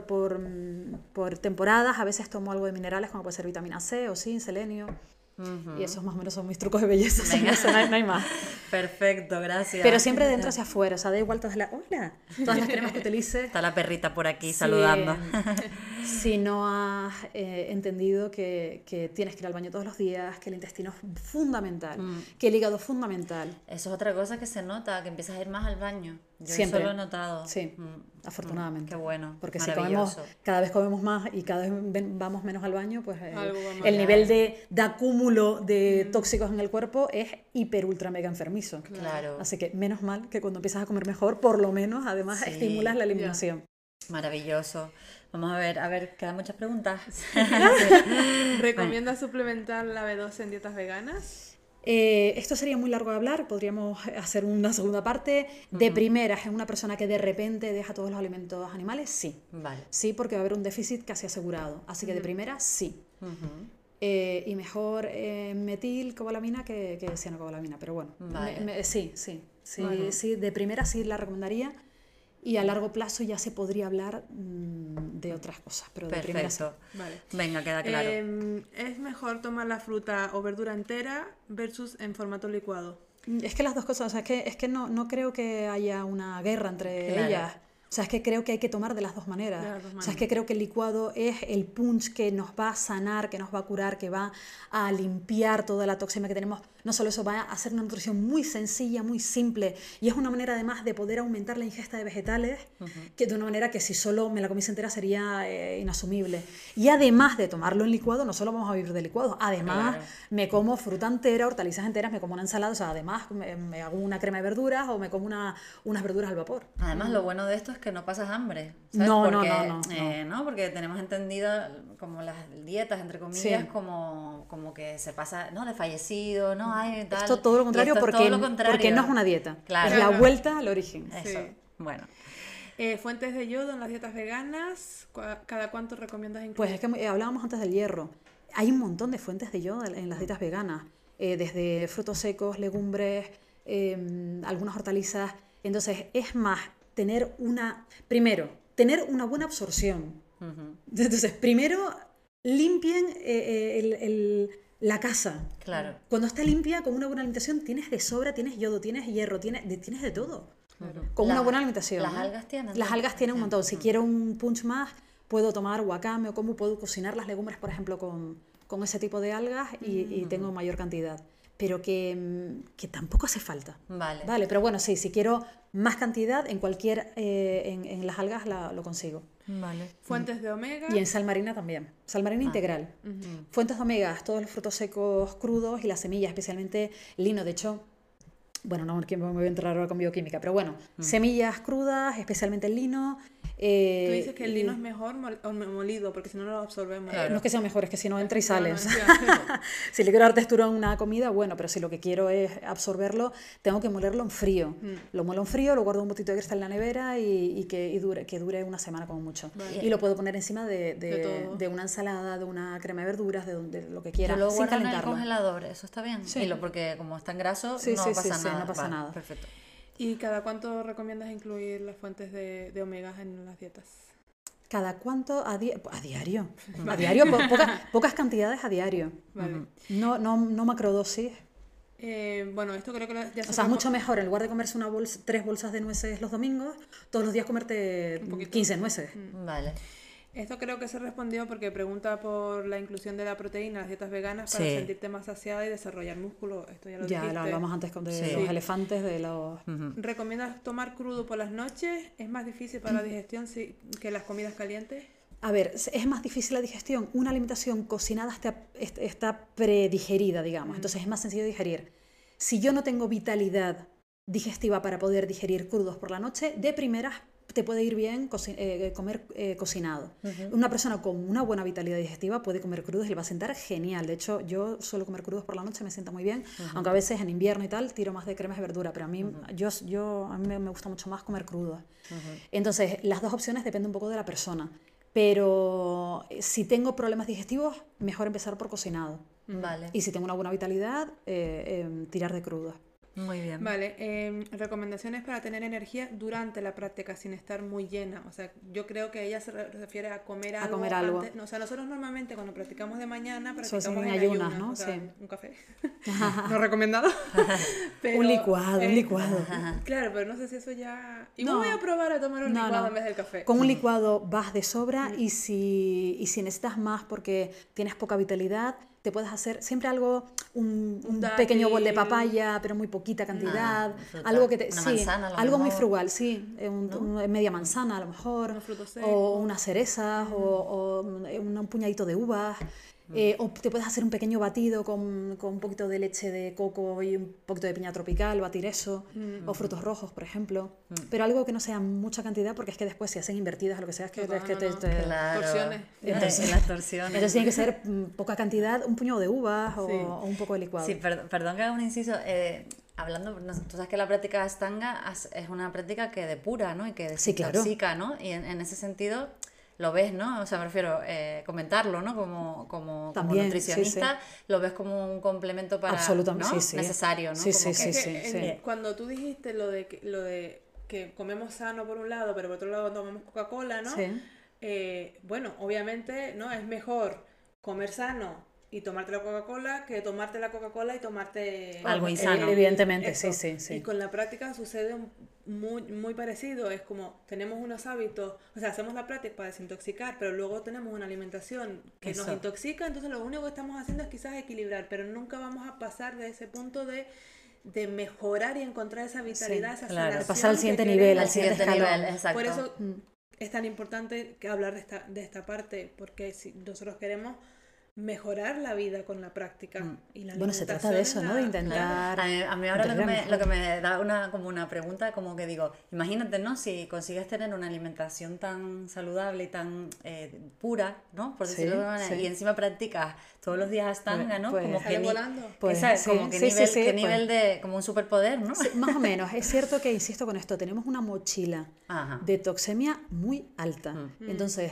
por temporadas a veces tomo algo de minerales, como puede ser vitamina C o zinc, selenio. Y esos más o menos son mis trucos de belleza, sin eso no hay más.
Perfecto, gracias.
Pero siempre de dentro hacia afuera, o sea, da igual todas las cremas que utilices.
Está la perrita por aquí
Sí,
saludando.
Si no has entendido que tienes que ir al baño todos los días, que el intestino es fundamental, que el hígado es fundamental.
Eso es otra cosa que se nota, que empiezas a ir más al baño. Yo
Siempre.
eso lo he notado.
Sí, afortunadamente.
Qué bueno,
Porque si
maravilloso.
cada vez comemos más y cada vez vamos menos al baño, pues
Algo va mal.
el nivel de acúmulo de tóxicos en el cuerpo es hiper, ultra, mega enfermizo.
Claro.
Así que menos mal que cuando empiezas a comer mejor, por lo menos, además,
Sí.
estimulas la eliminación.
Maravilloso. Vamos a ver, quedan muchas preguntas.
¿Recomiendas suplementar la B12 en dietas veganas?
Esto sería muy largo de hablar, podríamos hacer una segunda parte. De primeras, en una persona que de repente deja todos los alimentos animales, sí.
Vale.
Sí, porque va a haber un déficit casi asegurado. Así que de primera, sí.
Ujú.
Y mejor metilcobalamina que cianocobalamina, pero bueno,
Vale.
sí, de primera sí la recomendaría. Y a largo plazo ya se podría hablar de otras cosas, pero de primera sí.
Perfecto.
Vale.
Venga, queda claro.
¿Es mejor tomar la fruta o verdura entera versus en formato licuado?
Es que las dos cosas, o sea, es que no creo que haya una guerra entre
Claro.
ellas. O sea, es que creo que hay que tomar de las dos maneras.
De las dos
O sea, es que creo que el licuado es el punch que nos va a sanar, que nos va a curar, que va a limpiar toda la toxina que tenemos. No solo eso, va a hacer una nutrición muy sencilla, muy simple. Y es una manera además de poder aumentar la ingesta de vegetales, que de una manera que si solo me la comiese entera sería inasumible. Y además de tomarlo en licuado, no solo vamos a vivir de licuado, además
Claro.
me como fruta entera, hortalizas enteras, me como una ensalada, o sea, además me hago una crema de verduras o me como unas verduras al vapor.
Además, lo bueno de esto es que no pasas hambre. ¿sabes?
No,
Porque,
no.
porque tenemos entendido como las dietas, entre comillas,
Sí.
como que se pasa, ¿no? De fallecido, ¿no? Ay, tal.
Esto todo lo contrario,
Y esto es
porque,
todo lo contrario.
porque no es una dieta,
Claro.
es la vuelta al origen.
Eso,
Sí.
bueno.
¿Fuentes de yodo en las dietas veganas? ¿Cada cuánto recomiendas incluir?
Pues es que hablábamos antes del hierro. Hay un montón de fuentes de yodo en las dietas veganas, desde frutos secos, legumbres, algunas hortalizas. Entonces, es más, tener una buena absorción. Entonces, primero, limpien la casa.
Claro.
Cuando está limpia, con una buena alimentación, tienes de sobra, tienes yodo, tienes hierro, tienes de todo. Con una buena alimentación.
¿Las
¿eh?
algas tienen?
Las algas tienen un montón. Si quiero un punch más, puedo tomar wakame o como puedo cocinar las legumbres, por ejemplo, con ese tipo de algas y tengo mayor cantidad. Pero que tampoco hace falta.
Vale.
Vale, pero bueno, sí, si quiero más cantidad, en las algas lo consigo.
Vale.
¿Fuentes de omega?
Y en sal marina también. Sal marina integral. Fuentes de omega, todos los frutos secos crudos y las semillas, especialmente lino. De hecho, bueno, no me voy a entrar ahora con bioquímica, pero bueno, semillas crudas, especialmente el lino.
Tú dices que el lino es mejor molido, porque si no lo absorbemos.
No es que sea mejor, es que si no entra y
No,
sale.
no,
o sea,
ya.
si le quiero dar textura a una comida, bueno, pero si lo que quiero es absorberlo, tengo que molerlo en frío. Lo muelo en frío, lo guardo en un botito de cristal en la nevera y que dure una semana como mucho.
Vale.
Y lo puedo poner encima
De todo.
de una ensalada, de una crema de verduras, de lo que quiera,
Yo lo
sin
guardo en el
calentarlo.
congelador, eso está bien.
Sí.
Y porque como está en graso,
Sí,
no
sí,
pasa
sí,
nada.
no pasa
Vale,
nada.
Perfecto.
¿Y cada cuánto recomiendas incluir las fuentes de omegas en las dietas?
¿Cada cuánto? A diario. A diario, pocas cantidades a diario.
Vale.
No macrodosis.
Bueno, esto creo que ya se
O sea, es mucho mejor, en lugar de comerse 3 bolsas de nueces los domingos, todos los días comerte 15 nueces.
Vale.
Esto creo que se respondió porque pregunta por la inclusión de la proteína en las dietas veganas para
Sí.
sentirte más saciada y desarrollar músculo. Esto ya lo
Ya
dijiste.
lo hablamos antes de
Sí.
los elefantes, de los...
¿Recomiendas tomar crudo por las noches? ¿Es más difícil para la digestión que las comidas calientes?
A ver, es más difícil la digestión. Una alimentación cocinada está predigerida, digamos. Entonces es más sencillo digerir. Si yo no tengo vitalidad digestiva para poder digerir crudos por la noche, de primeras te puede ir bien comer cocinado. Una persona con una buena vitalidad digestiva puede comer crudos y le va a sentar genial. De hecho, yo suelo comer crudos por la noche, me sienta muy bien. Aunque a veces en invierno y tal tiro más de cremas de verdura, pero a mí, a mí me gusta mucho más comer crudos. Entonces, las dos opciones dependen un poco de la persona. Pero si tengo problemas digestivos, mejor empezar por cocinado.
Vale.
Y si tengo una buena vitalidad, tirar de crudo.
Muy bien.
Vale, recomendaciones para tener energía durante la práctica sin estar muy llena. O sea, yo creo que ella se refiere a comer algo.
comer algo.
Antes. No, o sea, nosotros normalmente cuando practicamos de mañana,
Eso
practicamos
en
en
ayunas,
ayunas,
¿no?
o sea,
Sí.
un café. No recomendado. Pero,
Un licuado.
Claro, pero no sé si eso ya... Y
No.
voy a probar a tomar un
No,
licuado
no.
en vez del café.
Con un licuado vas de sobra y si necesitas más porque tienes poca vitalidad, te puedes hacer siempre algo, un
dátil.
pequeño bol de papaya, pero muy poquita cantidad,
fruta.
algo que te,
Una
sí,
manzana, a lo
algo muy
mejor.
frugal, sí, media manzana a lo mejor,
Unos frutos secos.
o unas cerezas, o un puñadito de uvas. O te puedes hacer un pequeño batido con un poquito de leche de coco y un poquito de piña tropical, batir eso, o frutos rojos, por ejemplo. Pero algo que no sea mucha cantidad, porque es que después si hacen invertidas o lo que sea, es que,
Total,
es que
no, no.
Claro.
Torsiones.
Las torsiones.
entonces tiene que ser poca cantidad, un puñado de uvas
Sí.
o un poco de licuado.
Sí, perdón que haga un inciso. Hablando, tú sabes que la práctica de Ashtanga es una práctica que depura, ¿no? Y que
Sí, claro.
desintoxica, ¿no? Y en ese sentido lo ves, ¿no? O sea, me refiero comentarlo, ¿no? Como
También,
nutricionista, lo ves como un complemento para,
Absolutamente,
¿no?
sí, sí.
Necesario, ¿no?
Sí,
Como
sí,
que-
sí,
Es que cuando tú dijiste lo de que comemos sano por un lado, pero por otro lado tomamos Coca-Cola, ¿no?
Sí.
Bueno, obviamente, ¿no? Es mejor comer sano y tomarte la Coca-Cola que tomarte la Coca-Cola y tomarte
Algo insano.
Evidentemente,
eso.
sí, sí, sí.
Y con la práctica sucede muy parecido. Es como tenemos unos hábitos, o sea, hacemos la práctica para desintoxicar, pero luego tenemos una alimentación que nos
Eso.
intoxica, entonces lo único que estamos haciendo es quizás equilibrar, pero nunca vamos a pasar de ese punto de mejorar y encontrar esa vitalidad, esa
claro.
sanación
De pasar al
que
siguiente
queremos.
nivel, al
Al siguiente
escalón.
nivel, exacto.
Por eso es tan importante que hablar de esta parte, porque si nosotros queremos mejorar la vida con la práctica y la
Bueno, se trata de eso, ¿no? De
alimentación es
intentar...
A mí ahora
entender
lo que me da como una pregunta, como que digo, imagínate, ¿no? Si consigues tener una alimentación tan saludable y tan pura, ¿no? Por
Sí,
decirlo de alguna manera,
sí.
y encima practicas todos los días Ashtanga, ¿no?
Pues-
Como
Sale
que
volando.
Pues,
¿sabes?
sí,
Como que
sí,
nivel,
sí, sí,
qué
pues.
nivel de, como un superpoder, ¿no?
Sí, más o menos. Es cierto que, insisto con esto, tenemos una mochila
Ajá.
de toxemia muy alta. Entonces,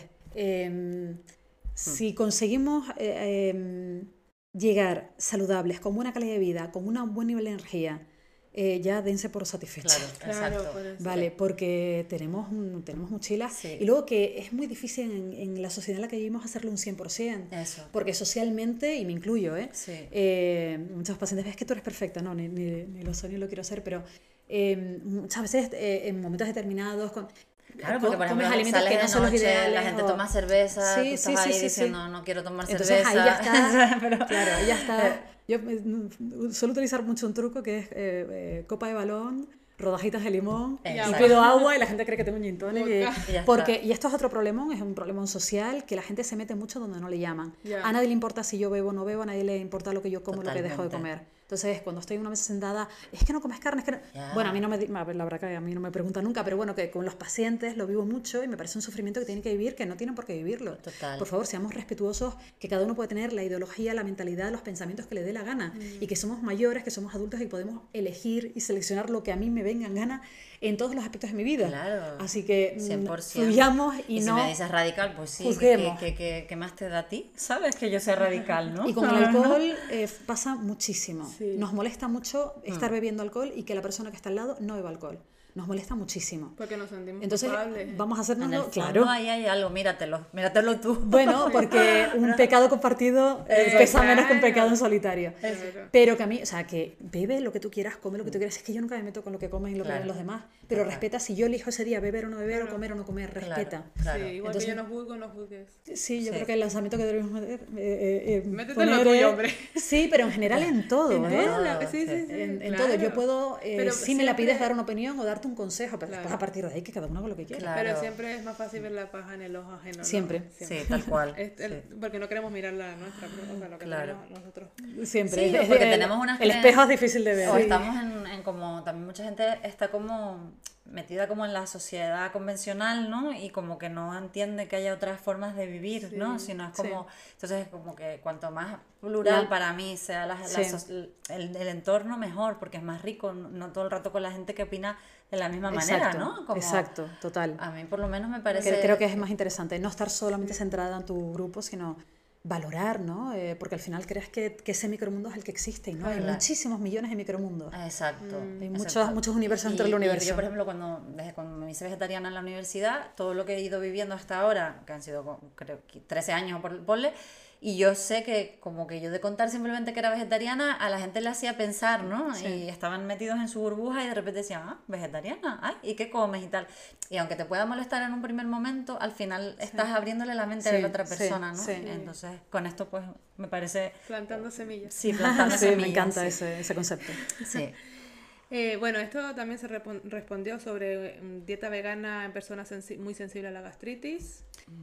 si conseguimos llegar saludables, con buena calidad de vida, con un buen nivel de energía, ya dense por satisfechos.
Claro,
Claro,
exacto.
por eso.
Vale, porque tenemos mochilas
Sí.
y luego que es muy difícil en la sociedad en la que vivimos hacerlo un 100%.
Eso.
Porque socialmente, y me incluyo,
Sí.
muchos pacientes, ves que tú eres perfecta, no, ni lo soy ni lo quiero ser, pero muchas veces en momentos determinados
Claro, porque por
comes
ejemplo
alimentos
sales
que no
de
son los
noche,
ideales.
la gente
o-
toma cerveza,
Sí,
tú
sí,
estás
sí,
ahí
sí, sí.
diciendo no quiero tomar
Entonces
cerveza.
ahí ya está,
Pero-
claro, ahí ya está. Yo suelo utilizar mucho un truco que es copa de balón, rodajitas de limón y
Exacto.
pido agua y la gente cree que tengo un gin tonic.
Vodka.
Y ya
Porque,
está.
y esto es otro problemón, es un problemón social, que la gente se mete mucho donde no le llaman.
Ya.
A nadie le importa si yo bebo o no bebo, a nadie le importa lo que yo como, lo que dejo de
Totalmente.
comer. Entonces, cuando estoy en una mesa sentada, es que no comes carne, es que no...
Ya.
Bueno, a mí no me... La verdad que a mí no me preguntan nunca, pero bueno, que con los pacientes lo vivo mucho y me parece un sufrimiento que tienen que vivir, que no tienen por qué vivirlo.
Total.
Por favor, seamos respetuosos, que cada uno puede tener la ideología, la mentalidad, los pensamientos que le dé la gana y que somos mayores, que somos adultos y podemos elegir y seleccionar lo que a mí me venga en gana en todos los aspectos de mi vida.
Claro.
Así que
100%.
fluyamos y
si
no...
me dices radical, pues sí,
juzguemos.
¿qué más te da a ti? ¿Sabes? Que yo sea radical, ¿no?
Y con el alcohol pasa muchísimo.
Sí.
Nos molesta mucho estar bebiendo alcohol y que la persona que está al lado no beba alcohol. nos molesta muchísimo.
Porque nos sentimos
Entonces,
culpables.
vamos a
En el
hacernos,
fondo
claro.
ahí hay algo, míratelo tú.
Bueno, porque un pecado compartido pesa menos que un pecado en solitario.
Claro.
Pero que a mí, o sea, que bebe lo que tú quieras, come lo que tú quieras. Es que yo nunca me meto con lo que comen y lo que
Claro.
beben los demás. Pero respeta si yo elijo ese día beber o no beber, o comer o no comer. Respeta.
Claro.
Sí, igual
Entonces-
que yo no juzgo, no juzgues.
Sí, yo
Sí.
creo que el lanzamiento que debemos meter...
Métete en lo tuyo, hombre.
Sí, pero en general en todo,
En
¿eh?
todo,
Todo,
sí, sí,
sí.
sí.
En
claro.
todo. Yo puedo,
Pero
si me la
siempre-
pides, dar una opinión o darte un consejo, pero
Claro.
después a partir de ahí que cada uno haga lo que quiera.
Claro.
Pero siempre es más fácil ver la paja en el ojo ajeno. ¿no?
Siempre.
Sí, tal cual.
Porque no queremos mirar la nuestra, o sea, lo que
Claro.
tenemos nosotros.
Siempre.
Sí, porque tenemos unas
el espejo es difícil de ver.
O estamos en como, también mucha gente está como metida como en la sociedad convencional, ¿no? Y como que no entiende que haya otras formas de vivir, ¿no? Sino es como, entonces como que cuanto más plural
La-
para mí sea
Sí.
el entorno, mejor, porque es más rico, no todo el rato con la gente que opina de la misma manera,
Exacto,
¿no? Como,
exacto, total.
A mí por lo menos me parece...
Creo que es más interesante no estar solamente centrada en tu grupo, sino valorar, ¿no? Porque al final crees que ese micromundo es el que existe y no, hay
Claro.
muchísimos millones de micromundos.
Exacto.
Hay
exacto.
muchos universos dentro del
Y
universo.
yo, por ejemplo, desde cuando me hice vegetariana en la universidad, todo lo que he ido viviendo hasta ahora, que han sido creo que 13 años ponle, y yo sé que como que yo de contar simplemente que era vegetariana, a la gente le hacía pensar, ¿no?
Sí.
Y estaban metidos en su burbuja y de repente decían, vegetariana, ay, ¿y qué comes y tal? Y aunque te pueda molestar en un primer momento, al final estás abriéndole la mente a
Sí,
la otra
sí,
persona, ¿no?
sí.
Entonces, con esto pues me parece...
Plantando semillas.
Sí, plantando
Sí, me
semillas,
encanta
sí.
ese concepto.
Sí.
Bueno, esto también se respondió sobre dieta vegana en personas muy sensibles a la gastritis.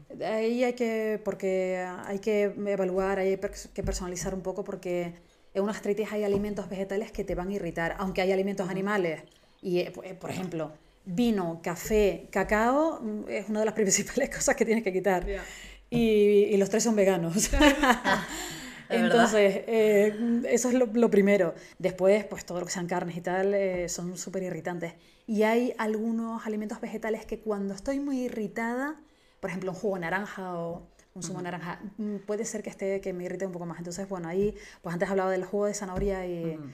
Ahí porque hay que evaluar, hay que personalizar un poco porque en una gastritis hay alimentos vegetales que te van a irritar, aunque hay alimentos animales. Y, por ejemplo, vino, café, cacao es una de las principales cosas que tienes que quitar.
Ya.
Y los tres son veganos.
Es
Entonces, eso es lo primero. Después, pues todo lo que sean carnes y tal son súper irritantes. Y hay algunos alimentos vegetales que cuando estoy muy irritada, por ejemplo, un jugo de naranja o un zumo de naranja, puede ser que me irrite un poco más. Entonces, bueno, ahí, pues antes hablaba del jugo de zanahoria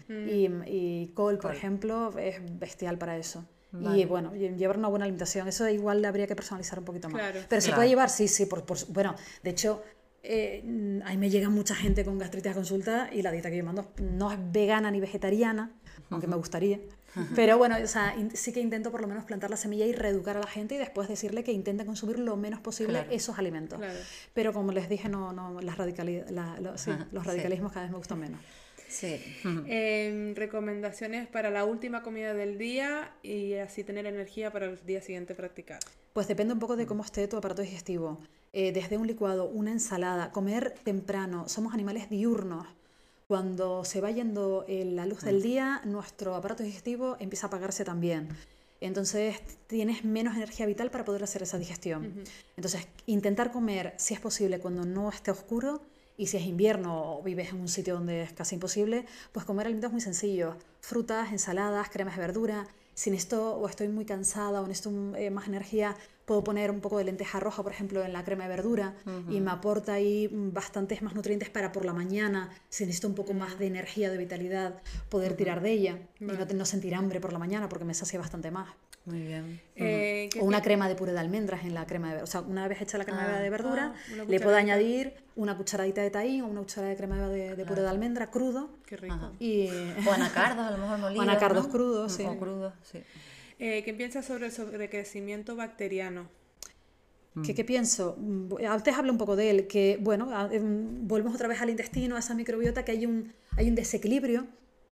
y col, por ejemplo, es bestial para eso. Y bueno, llevar una buena alimentación, eso igual habría que personalizar un poquito más.
Claro.
Pero se
Claro.
puede llevar, sí, bueno, de hecho, ahí me llega mucha gente con gastritis a consulta y la dieta que yo mando no es vegana ni vegetariana, aunque me gustaría. Pero bueno, o sea, sí que intento por lo menos plantar la semilla y reeducar a la gente y después decirle que intente consumir lo menos posible
Claro.
esos alimentos.
Claro.
Pero como les dije, no, los radicalismos cada vez me gustan menos.
Sí.
Recomendaciones para la última comida del día y así tener energía para el día siguiente practicar.
Pues depende un poco de cómo esté tu aparato digestivo. Desde un licuado, una ensalada, comer temprano. Somos animales diurnos. Cuando se va yendo la luz del día, nuestro aparato digestivo empieza a apagarse también. Entonces tienes menos energía vital para poder hacer esa digestión. Entonces intentar comer, si es posible, cuando no esté oscuro, y si es invierno o vives en un sitio donde es casi imposible, pues comer alimentos muy sencillos. Frutas, ensaladas, cremas de verdura. Si necesito o estoy muy cansada o necesito más energía, puedo poner un poco de lenteja roja, por ejemplo, en la crema de verdura y me aporta ahí bastantes más nutrientes para por la mañana, si necesito un poco más de energía, de vitalidad, poder tirar de ella y no sentir hambre por la mañana porque me sacia bastante más.
Muy bien.
O una crema de puré de almendras en la crema de verdura. O sea, una vez hecha la crema de verdura,
una
le puedo
cucharadita.
añadir una cucharadita de tajín o una cucharada de crema de puré de almendra crudo.
Qué rico.
Y
O anacardos, a lo mejor molidos.
O anacardos
¿no?
crudos, sí.
O crudos, sí.
¿Qué piensas sobre el sobrecrecimiento bacteriano?
¿Qué pienso? Antes hablé un poco de él, que bueno, volvemos otra vez al intestino, a esa microbiota, que hay un desequilibrio.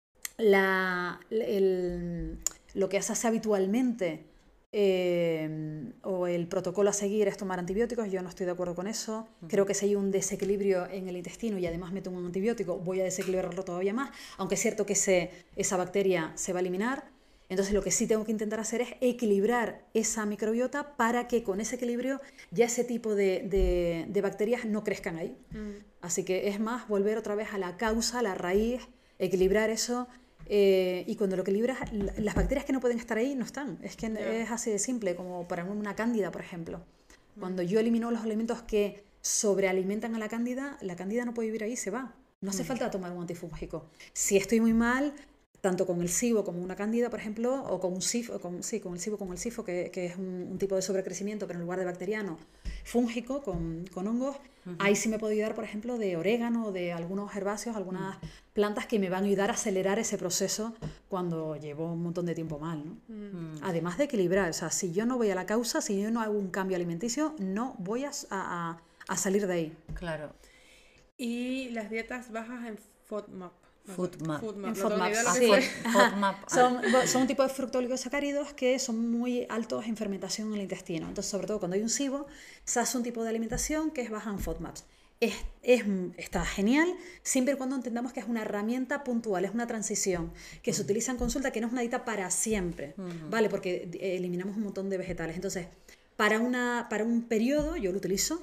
Lo que se hace habitualmente o el protocolo a seguir es tomar antibióticos. Yo no estoy de acuerdo con eso. Creo que si hay un desequilibrio en el intestino y además me tomo un antibiótico, voy a desequilibrarlo todavía más, aunque es cierto que esa bacteria se va a eliminar. Entonces lo que sí tengo que intentar hacer es equilibrar esa microbiota para que con ese equilibrio ya ese tipo de bacterias no crezcan ahí. Así que es más volver otra vez a la causa, a la raíz, equilibrar eso. Y cuando lo equilibras, las bacterias que no pueden estar ahí no están. Es que es así de simple, como para una cándida, por ejemplo. Cuando yo elimino los alimentos que sobrealimentan a la cándida no puede vivir ahí, se va. No hace falta tomar un antifúngico. Si estoy muy mal, tanto con el SIBO como una cándida, por ejemplo, o con un SIFO, con el SIBO, con el SIFO, que es un tipo de sobrecrecimiento, pero en lugar de bacteriano, fúngico, con hongos, ahí sí me puedo ayudar, por ejemplo, de orégano, de algunos herbáceos, algunas plantas que me van a ayudar a acelerar ese proceso cuando llevo un montón de tiempo mal, ¿no? Además de equilibrar, o sea, si yo no voy a la causa, si yo no hago un cambio alimenticio, no voy a salir de ahí.
Claro.
Y las dietas bajas en FODMAP.
FODMAP.
FODMAP.
En
No tengo ni idea lo
FODMAP,
que
sí.
es.
FODMAP.
Son un tipo de fructooligosacáridos que son muy altos en fermentación en el intestino. Entonces, sobre todo cuando hay un SIBO, se hace un tipo de alimentación que es baja en FODMAPs. Está genial, siempre y cuando entendamos que es una herramienta puntual, es una transición que se utiliza en consulta, que no es una dieta para siempre, ¿vale? Porque eliminamos un montón de vegetales. Entonces, para un periodo yo lo utilizo,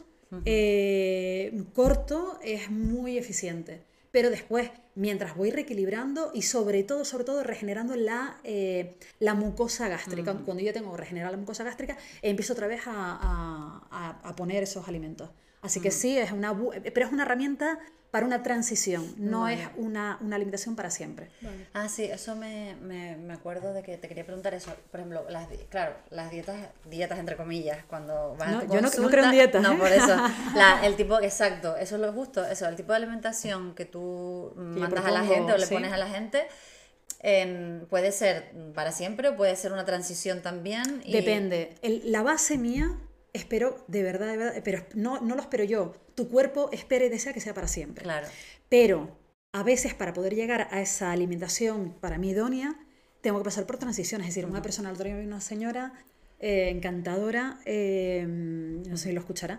corto, es muy eficiente. Pero después, mientras voy reequilibrando y sobre todo regenerando la mucosa gástrica, cuando yo tengo que regenerar la mucosa gástrica, empiezo otra vez a poner esos alimentos. Así que sí, pero es una herramienta para una transición, no es una alimentación para siempre.
Vale.
Ah, sí, eso me acuerdo de que te quería preguntar eso. Por ejemplo, las dietas entre comillas, cuando vas a tu
Yo no
consulta,
creo en dietas.
No,
¿eh?
por eso. El tipo, exacto, eso es lo justo, eso, el tipo de alimentación que tú mandas a la
propongo,
gente o le
sí.
pones a la gente, puede ser para siempre o puede ser una transición también.
Depende. La base mía, espero, de verdad, pero no lo espero yo. Tu cuerpo espera y desea que sea para siempre.
Claro.
Pero a veces para poder llegar a esa alimentación para mí idónea, tengo que pasar por transiciones. Es decir, una persona, el otro día vi una señora encantadora, no sé si lo escuchará,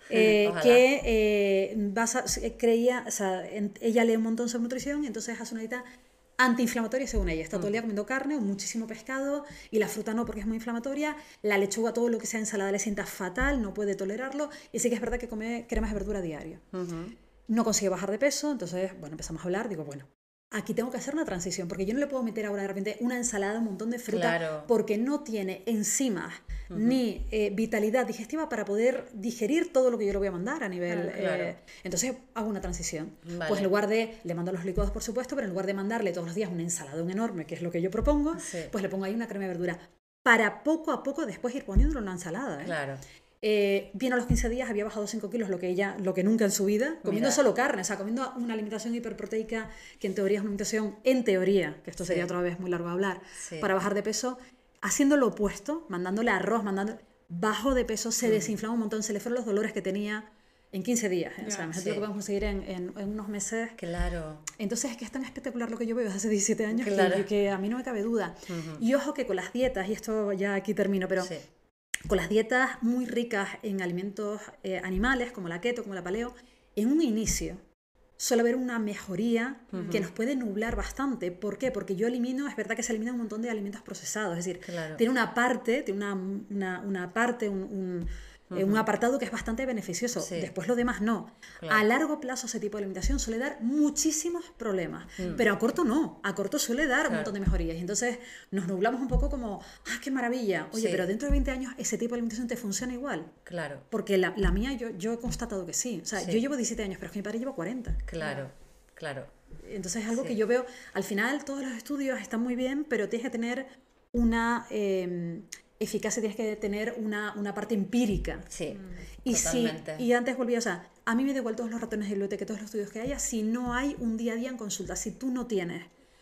que creía, o sea, ella lee un montón sobre nutrición y entonces hace una dieta antiinflamatoria según ella. Está todo el día comiendo carne o muchísimo pescado y la fruta no porque es muy inflamatoria. La lechuga, todo lo que sea ensalada le sienta fatal, no puede tolerarlo. Y sí que es verdad que come cremas de verdura diario. No consigue bajar de peso, entonces, bueno, empezamos a hablar. Digo, bueno, aquí tengo que hacer una transición porque yo no le puedo meter ahora de repente una ensalada, un montón de fruta,
Claro.
porque no tiene enzimas ni vitalidad digestiva para poder digerir todo lo que yo le voy a mandar a nivel...
Claro.
Entonces hago una transición.
Vale.
Pues en lugar de, le mando los licuados por supuesto, pero en lugar de mandarle todos los días un ensaladón enorme, que es lo que yo propongo,
Sí.
pues le pongo ahí una crema de verdura para poco a poco después ir poniéndolo en una ensalada.
Claro.
Bien, a los 15 días había bajado 5 kilos, lo que nunca en su vida, comiendo
Mira.
solo carne, o sea, comiendo una alimentación hiperproteica, que en teoría es una alimentación, en teoría, que esto sería
Sí.
otra vez muy largo de hablar,
Sí.
para bajar de peso, haciendo lo opuesto, mandándole arroz, bajo de peso, se desinflama un montón, se le fueron los dolores que tenía en 15 días. O sea, imagínate
sí.
lo que podemos conseguir en unos meses.
Claro.
Entonces es que es tan espectacular lo que yo veo desde hace 17 años
Claro.
que a mí no me cabe duda. Y ojo que con las dietas, y esto ya aquí termino, pero
Sí.
con las dietas muy ricas en alimentos animales, como la keto, como la paleo, en un inicio suele haber una mejoría que nos puede nublar bastante. ¿Por qué? Porque yo elimino, es verdad que se elimina un montón de alimentos procesados, es decir,
Claro.
tiene una parte, una parte, un apartado que es bastante beneficioso.
Sí.
Después lo demás no.
Claro.
A largo plazo ese tipo de alimentación suele dar muchísimos problemas, pero a corto no. A corto suele dar un montón de mejorías. Y entonces nos nublamos un poco como, ¡ah, qué maravilla! Oye,
Sí.
pero dentro de 20 años ese tipo de alimentación te funciona igual.
Claro.
Porque la mía yo he constatado que sí. O sea,
Sí.
yo llevo 17 años, pero es que mi padre lleva 40.
Claro. Claro.
Entonces es algo
Sí.
que yo veo, al final todos los estudios están muy bien, pero tienes que tener una eficacia, tienes que tener una parte empírica.
Sí.
Y
Totalmente.
y antes volvía, o sea, a mí me da igual todos los ratones de biblioteca, todos los estudios que haya, si no hay un día a día en consulta, si tú no tienes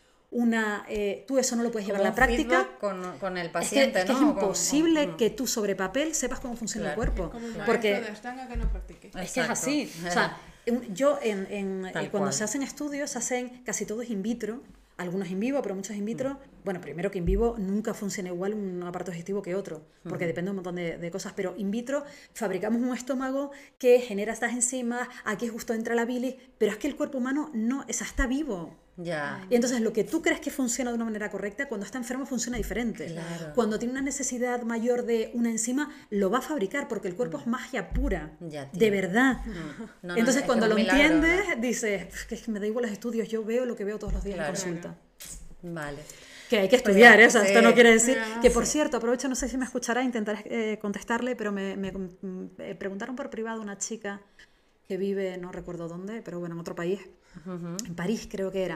tú eso no lo puedes llevar a la
Como
práctica.
feedback con el
Es que,
paciente,
es que
¿no?
es
Con-
imposible que tú sobre papel sepas cómo funciona
Claro.
el cuerpo.
Como un maestro
Porque
de Ashtanga que no practique.
es que es
Exacto.
así. O sea, yo
Tal
cuando
cual.
se hacen estudios, se hacen casi todos in vitro, algunos in vivo, pero muchos in vitro. Bueno, primero que in vivo nunca funciona igual un aparato digestivo que otro, porque depende de un montón de cosas, pero in vitro fabricamos un estómago que genera estas enzimas, aquí justo entra la bilis, pero es que el cuerpo humano no, está vivo.
Ya.
Y entonces lo que tú crees que funciona de una manera correcta, cuando está enfermo funciona diferente.
Claro.
Cuando tiene una necesidad mayor de una enzima, lo va a fabricar porque el cuerpo es magia pura.
Ya, tío.
De verdad.
No, no,
Entonces
es que
cuando
es
lo
un milagro,
entiendes,
¿no?
dices, "Es que me da igual los estudios, yo veo lo que veo todos los días
Claro.
en consulta.
Vale.
Que hay que
Pues
estudiar,
ya,
o sea,
sí.
esto no quiere decir
Ya,
que, por cierto, aprovecho, no sé si me escuchará, intentaré contestarle, pero me preguntaron por privado una chica que vive, no recuerdo dónde, pero bueno, en otro país, en París creo que era,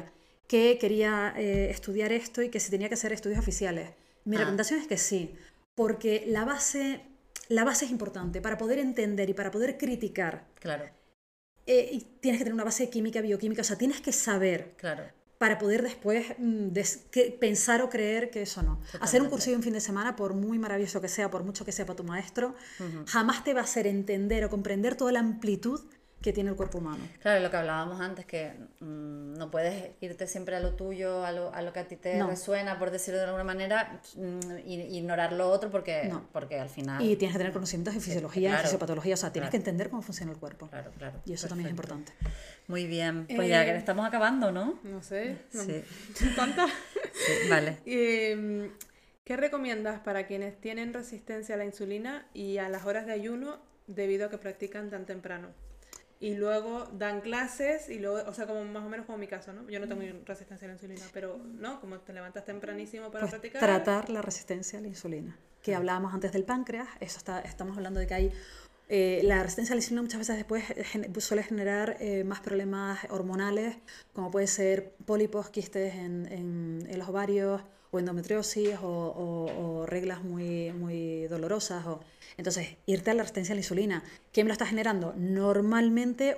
que quería estudiar esto y que si tenía que hacer estudios oficiales. Mi recomendación es que sí, porque la base es importante para poder entender y para poder criticar.
Claro.
Y tienes que tener una base de química, bioquímica, o sea, tienes que saber.
Claro.
Para poder después pensar o creer que eso no.
Totalmente.
Hacer un cursillo un fin de semana, por muy maravilloso que sea, por mucho que sea para tu maestro, jamás te va a hacer entender o comprender toda la amplitud que tiene el cuerpo humano.
Claro, lo que hablábamos antes, que no puedes irte siempre a lo tuyo, a lo que a ti te resuena, por decirlo de alguna manera, y ignorar lo otro porque al final...
Y tienes que tener conocimientos de fisiología,
claro,
de fisiopatología, o sea, tienes que entender cómo funciona el cuerpo.
Claro.
Y eso también es importante.
Muy bien, pues ya que estamos acabando, ¿no?
No sé.
Sí.
¿Cuántas?
Sí, vale.
¿Qué recomiendas para quienes tienen resistencia a la insulina y a las horas de ayuno debido a que practican tan temprano? Y luego dan clases y luego, o sea, como más o menos como mi caso, ¿no? Yo no tengo resistencia a la insulina, pero, ¿no? Como te levantas tempranísimo para practicar.
Tratar la resistencia a la insulina. Que hablábamos antes del páncreas, estamos hablando de que hay... la resistencia a la insulina muchas veces después suele generar más problemas hormonales, como puede ser pólipos, quistes en los ovarios, o endometriosis, o reglas muy dolorosas. Entonces, irte a la resistencia a la insulina. ¿Qué me lo está generando? Normalmente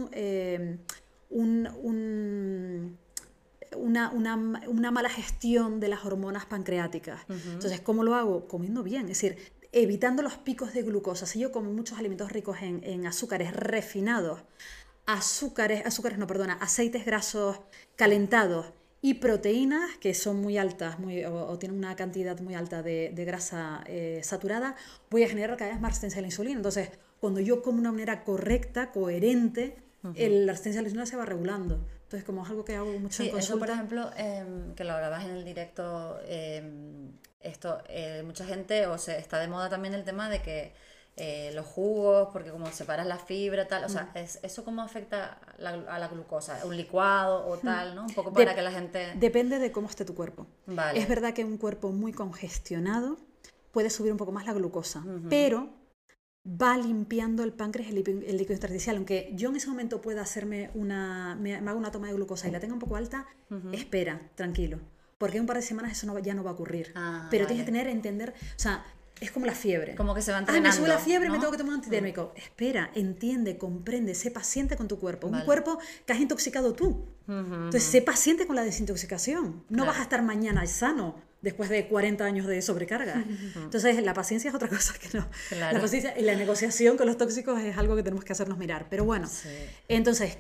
una mala gestión de las hormonas pancreáticas. Entonces, ¿cómo lo hago? Comiendo bien, es decir, evitando los picos de glucosa. Si yo como muchos alimentos ricos en azúcares refinados, aceites grasos calentados y proteínas que son muy altas o tienen una cantidad muy alta de grasa saturada, voy a generar cada vez más resistencia a la insulina. Entonces, cuando yo como de una manera correcta, coherente, la resistencia a la insulina se va regulando. Entonces, como es algo que hago mucho en consulta.
Eso, por ejemplo, que lo hablabas en el directo, mucha gente, está de moda también el tema de que los jugos, porque como separas la fibra, tal, o sea, ¿eso cómo afecta a la glucosa? ¿Un licuado o tal, no? Un poco para que la gente...
Depende de cómo esté tu cuerpo.
Vale.
Es verdad que un cuerpo muy congestionado puede subir un poco más la glucosa, pero va limpiando el páncreas, el líquido intersticial. Aunque yo en ese momento pueda me hago una toma de glucosa y la tenga un poco alta, espera, tranquilo. Porque en un par de semanas eso ya no va a ocurrir. Pero tienes que entender, o sea, es como la fiebre.
Como que se va entrenando.
Me sube la fiebre,
¿no?
me tengo que tomar un antitérmico. Espera, entiende, comprende, sé paciente con tu cuerpo. Un cuerpo que has intoxicado tú. Entonces, sé paciente con la desintoxicación. No vas a estar mañana sano después de 40 años de sobrecarga. Entonces, la paciencia es otra cosa que no.
Claro.
La paciencia y la negociación con los tóxicos es algo que tenemos que hacernos mirar. Pero bueno, entonces,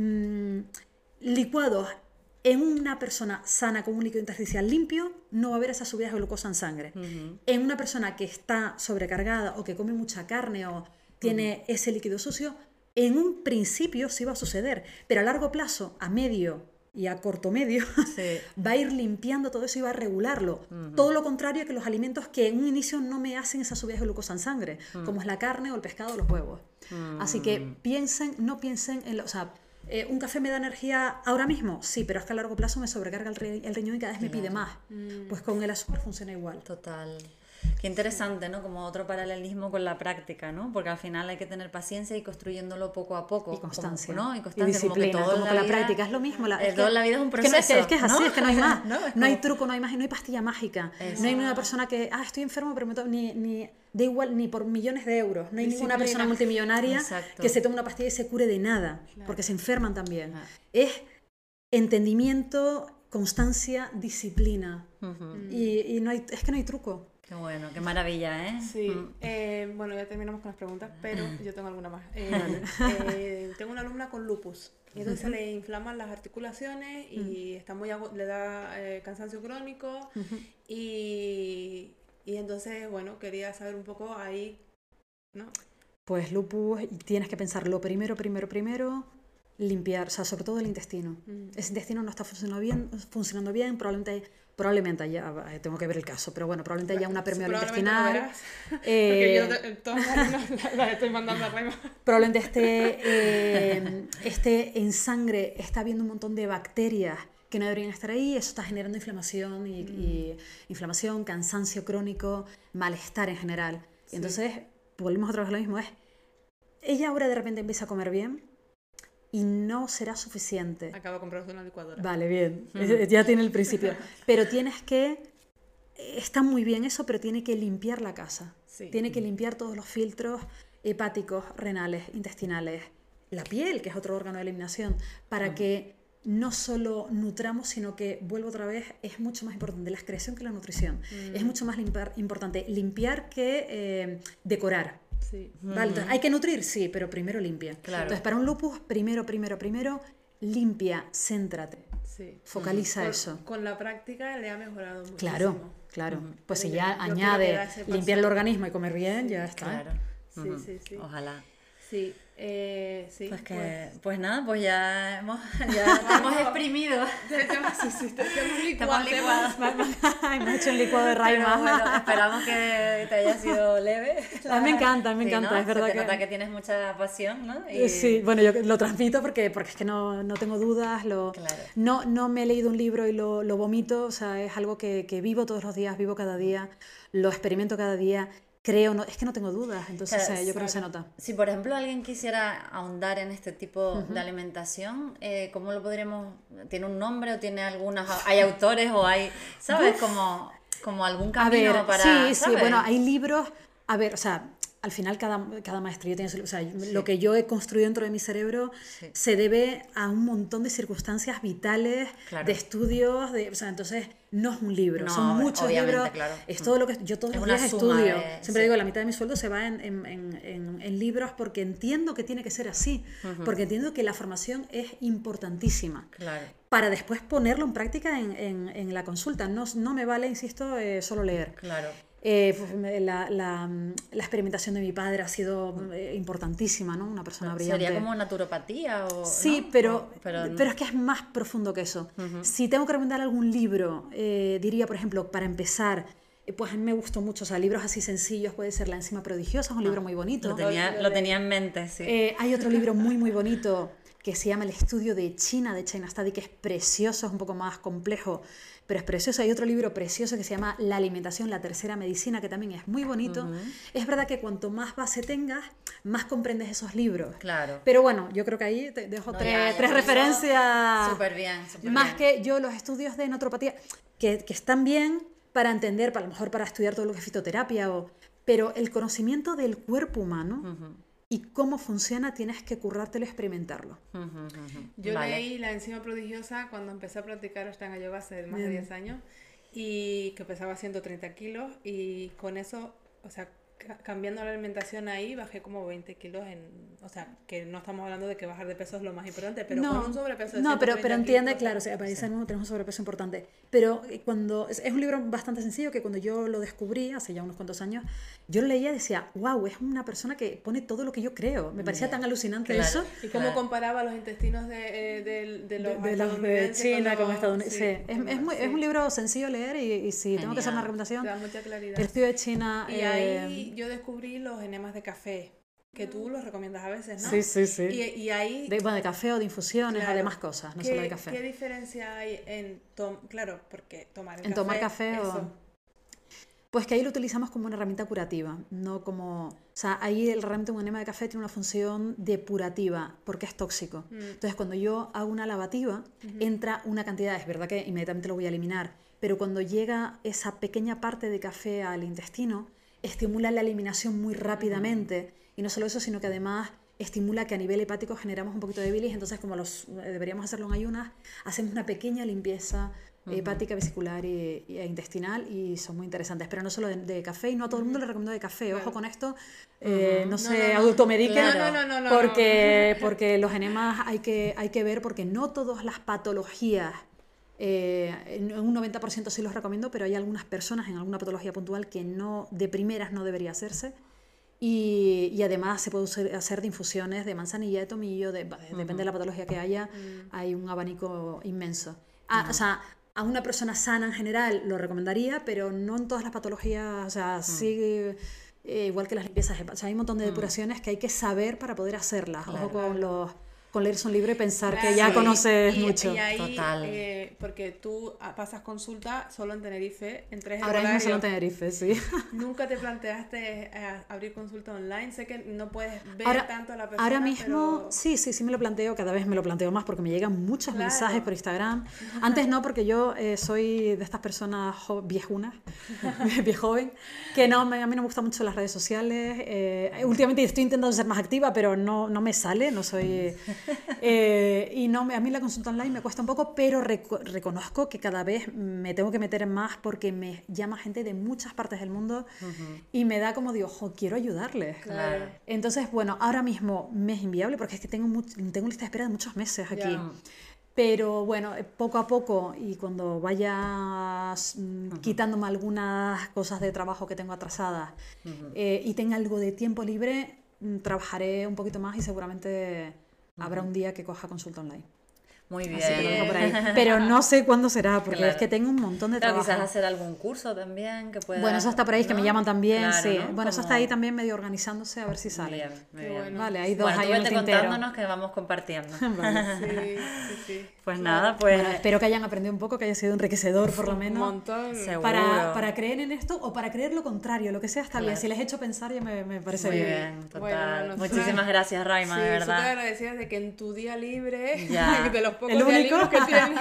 licuados en una persona sana con un líquido intersticial limpio, no va a haber esas subidas de glucosa en sangre. En una persona que está sobrecargada o que come mucha carne o tiene ese líquido sucio, en un principio sí va a suceder, pero a largo plazo, a medio y a corto medio, va a ir limpiando todo eso y va a regularlo. Todo lo contrario que los alimentos que en un inicio no me hacen esas subidas de glucosa en sangre, como es la carne o el pescado o los huevos. Así que no piensen en o sea, ¿un café me da energía ahora mismo? Sí, pero es que a largo plazo me sobrecarga el riñón y cada vez me pide más. Pues con el azúcar funciona igual.
Total. Qué interesante, ¿no? Como otro paralelismo con la práctica, ¿no? Porque al final hay que tener paciencia y construyéndolo poco a poco.
Y constancia.
¿no? Y
disciplina. Como que todo la práctica es lo mismo.
Toda la vida es un proceso.
Es que es así,
¿no?
es que no hay más.
No
hay truco, no hay magia, no hay pastilla mágica. No hay una persona que, estoy enfermo, pero da igual, ni por millones de euros. No hay ninguna persona multimillonaria que se tome una pastilla y se cure de nada, porque se enferman también. Es entendimiento, constancia, disciplina. Y es que no hay truco.
Qué bueno, qué maravilla, ¿eh?
Sí. Bueno, ya terminamos con las preguntas, pero yo tengo alguna más. Tengo una alumna con lupus. Y entonces se le inflaman las articulaciones y está le da cansancio crónico. Y entonces, bueno, quería saber un poco ahí, ¿no?
Pues lupus, tienes que pensar lo primero, limpiar, o sea, sobre todo el intestino. Ese intestino no está funcionando bien, probablemente ya, tengo que ver el caso, pero bueno, probablemente haya una permeabilidad intestinal.
Porque yo todas las estoy mandando a Raima.
Probablemente esté en sangre, está habiendo un montón de bacterias que no deberían estar ahí, eso está generando inflamación y inflamación, cansancio crónico, malestar en general. Entonces, volvemos otra vez a lo mismo, ella ahora de repente empieza a comer bien y no será suficiente.
Acabo de comprarse una licuadora.
Vale, bien, ya tiene el principio. Pero tienes que, está muy bien eso, pero tiene que limpiar la casa.
Sí.
Tiene que limpiar todos los filtros hepáticos, renales, intestinales, la piel, que es otro órgano de eliminación, para que no solo nutramos, sino que, vuelvo otra vez, es mucho más importante la excreción que la nutrición. Es mucho más importante limpiar que decorar.
Sí.
Vale, entonces, ¿hay que nutrir? Sí, pero primero limpia.
Claro.
Entonces, para un lupus, primero, limpia, céntrate,
Sí.
focaliza eso.
Con la práctica le ha mejorado muchísimo.
Claro, claro. Pues si
Pero
ya
yo quiero que
añade
da ese paso.
limpiar el organismo y comer bien, ya está.
Claro.
Sí, sí.
Ojalá.
Sí, sí.
Pues nada, pues ya te hemos exprimido.
Te hemos licuado.
Hemos hecho un licuado de raíz
Pero
más.
bueno, esperamos que te haya sido leve.
A mí me encanta,
Sí, ¿no?
es verdad
Se te nota que tienes mucha pasión, ¿no?
Sí, bueno, yo lo transmito porque es que no tengo dudas,
Claro.
no me he leído un libro y lo vomito, o sea, es algo que vivo todos los días, vivo cada día, lo experimento cada día, creo, es que no tengo dudas, entonces
Claro,
yo creo que se nota.
Si por ejemplo alguien quisiera ahondar en este tipo de alimentación, ¿cómo lo podríamos? ¿Tiene un nombre o tiene hay autores o hay, ¿sabes? Como algún
A
camino
ver,
para,
sí,
¿sabes?
bueno, hay libros, a ver, o sea, al final cada maestría tiene o sea, lo que yo he construido dentro de mi cerebro se debe a un montón de circunstancias vitales,
Claro.
de estudios, o sea, entonces no es un libro,
No,
son muchos
obviamente,
libros,
claro.
es todo lo que yo todos
Es
los
una
días
suma
estudio,
de-
siempre
sí.
digo, la mitad de mi sueldo se va en libros porque entiendo que tiene que ser así, porque entiendo que la formación es importantísima.
Claro.
Para después ponerlo en práctica en la consulta. No me vale, insisto, solo leer.
Claro.
Pues, la experimentación de mi padre ha sido importantísima, ¿no? Una persona brillante.
¿Sería como naturopatía o
Sí,
no?
pero
no.
es que es más profundo que eso. Si tengo que recomendar algún libro, diría, por ejemplo, para empezar, pues a mí me gustó mucho, o sea, libros así sencillos, puede ser La enzima prodigiosa, es un libro muy bonito.
Lo tenía en mente, sí.
Hay otro libro muy, muy bonito que se llama El estudio de China, de China Study, que es precioso, es un poco más complejo, pero es precioso. Hay otro libro precioso que se llama La alimentación, la tercera medicina, que también es muy bonito. Es verdad que cuanto más base tengas, más comprendes esos libros.
Claro.
Pero bueno, yo creo que ahí te dejo
No,
tres
ya,
referencias.
Súper bien.
Más que yo los estudios de naturopatía, que están bien para entender, a lo mejor para estudiar todo lo que es fitoterapia, pero el conocimiento del cuerpo humano y cómo funciona tienes que currártelo y experimentarlo.
Yo
Vale.
leí La enzima prodigiosa cuando empecé a practicar Ashtanga Yoga hace más de 10 años y que pesaba 130 kilos y con eso, o sea, cambiando la alimentación ahí bajé como 20 kilos o sea, que no estamos hablando de que bajar de peso es lo más importante, pero con un sobrepeso de
no, pero
130
entiende,
kilos,
claro, o sea, para ese tenemos un sobrepeso importante. Pero cuando es un libro bastante sencillo que cuando yo lo descubrí hace ya unos cuantos años, yo lo leía y decía, wow, es una persona que pone todo lo que yo creo. Me parecía tan alucinante
Claro.
eso.
Y cómo comparaba los intestinos de los
De los de
estadounidenses
China
con
como
los-
estadounidenses.
sí,
Es un libro sencillo de leer y si tengo que hacer una
Genial.
recomendación,
te da mucha claridad.
El estudio de China.
Y ahí yo descubrí los enemas de café, que tú los recomiendas a veces, ¿no?
sí.
Y ahí...
De café o de infusiones o
claro,
de más cosas, no
¿qué-
solo de café.
¿Qué diferencia hay en claro, porque tomar el
En
café,
tomar café o-
eso,
Pues que ahí lo utilizamos como una herramienta curativa, no como... O sea, ahí realmente un enema de café tiene una función depurativa, porque es tóxico. Entonces, cuando yo hago una lavativa, entra una cantidad, es verdad que inmediatamente lo voy a eliminar, pero cuando llega esa pequeña parte de café al intestino, estimula la eliminación muy rápidamente. Y no solo eso, sino que además estimula que a nivel hepático generamos un poquito de bilis, entonces como deberíamos hacerlo en ayunas, hacemos una pequeña limpieza hepática, vesicular e intestinal y son muy interesantes, pero no solo de café y no a todo el mundo le recomiendo de café, ojo con esto, no se automediquen
No.
porque los enemas hay que ver porque no todas las patologías, en un 90% sí los recomiendo, pero hay algunas personas en alguna patología puntual que no de primeras no debería hacerse. Y además se puede hacer de infusiones de manzanilla, de tomillo, depende de la patología que haya, hay un abanico inmenso. O sea, a una persona sana en general lo recomendaría, pero no en todas las patologías, o sea, sí, igual que las limpiezas, o sea, hay un montón de depuraciones que hay que saber para poder hacerlas. Ojo con con leerse un libro y pensar que
Claro,
ya conoces mucho.
Y ahí,
Total.
Porque tú pasas consulta solo en Tenerife, en 3
Ahora mismo solo en
horarios.
Tenerife, sí.
¿Nunca te planteaste abrir consulta online? Sé que no puedes ver
Ahora,
tanto a la persona,
ahora mismo,
pero...
sí me lo planteo, cada vez me lo planteo más porque me llegan muchos
Claro.
mensajes por Instagram. Antes no, porque yo soy de estas personas viejunas, viejoven, que no, a mí no me gustan mucho las redes sociales. Últimamente estoy intentando ser más activa, pero no me sale, no soy... y no, a mí la consulta online me cuesta un poco, pero reconozco que cada vez me tengo que meter en más porque me llama gente de muchas partes del mundo y me da como digo, quiero ayudarles.
Claro.
Entonces, bueno, ahora mismo me es inviable porque es que tengo lista de espera de muchos meses aquí.
Ya.
Pero bueno, poco a poco y cuando vayas quitándome algunas cosas de trabajo que tengo atrasadas y tenga algo de tiempo libre, trabajaré un poquito más y seguramente habrá un día que coja consulta online.
Muy bien.
Así que lo dejo por ahí. Pero no sé cuándo será, porque
Claro.
es que tengo un montón de
Claro,
trabajo.
quizás hacer algún curso también que pueda...
Bueno, eso está por ahí, que me
¿no?
llaman también,
Claro,
sí.
¿no?
Bueno, eso
Como-
está ahí también medio organizándose a ver si sale.
Bien, muy
Qué
bien.
bueno.
Vale, hay dos
Bueno,
ahí
tú
en el
vete
tintero.
contándonos que vamos compartiendo.
Sí, sí.
Pues nada, pues...
Bueno, espero que hayan aprendido un poco, que haya sido enriquecedor por lo
Un
menos.
montón.
Seguro.
Para creer en esto o para creer lo contrario, lo que sea está bien.
Claro.
Si les he hecho pensar ya me parece
Muy
bien.
bien, total.
Bueno, nosotras-
Muchísimas gracias, Raima,
Sí,
de
súper
verdad.
agradecidas de que en tu día libre,
Ya.
de los pocos
El
días
único.
libres que tienes,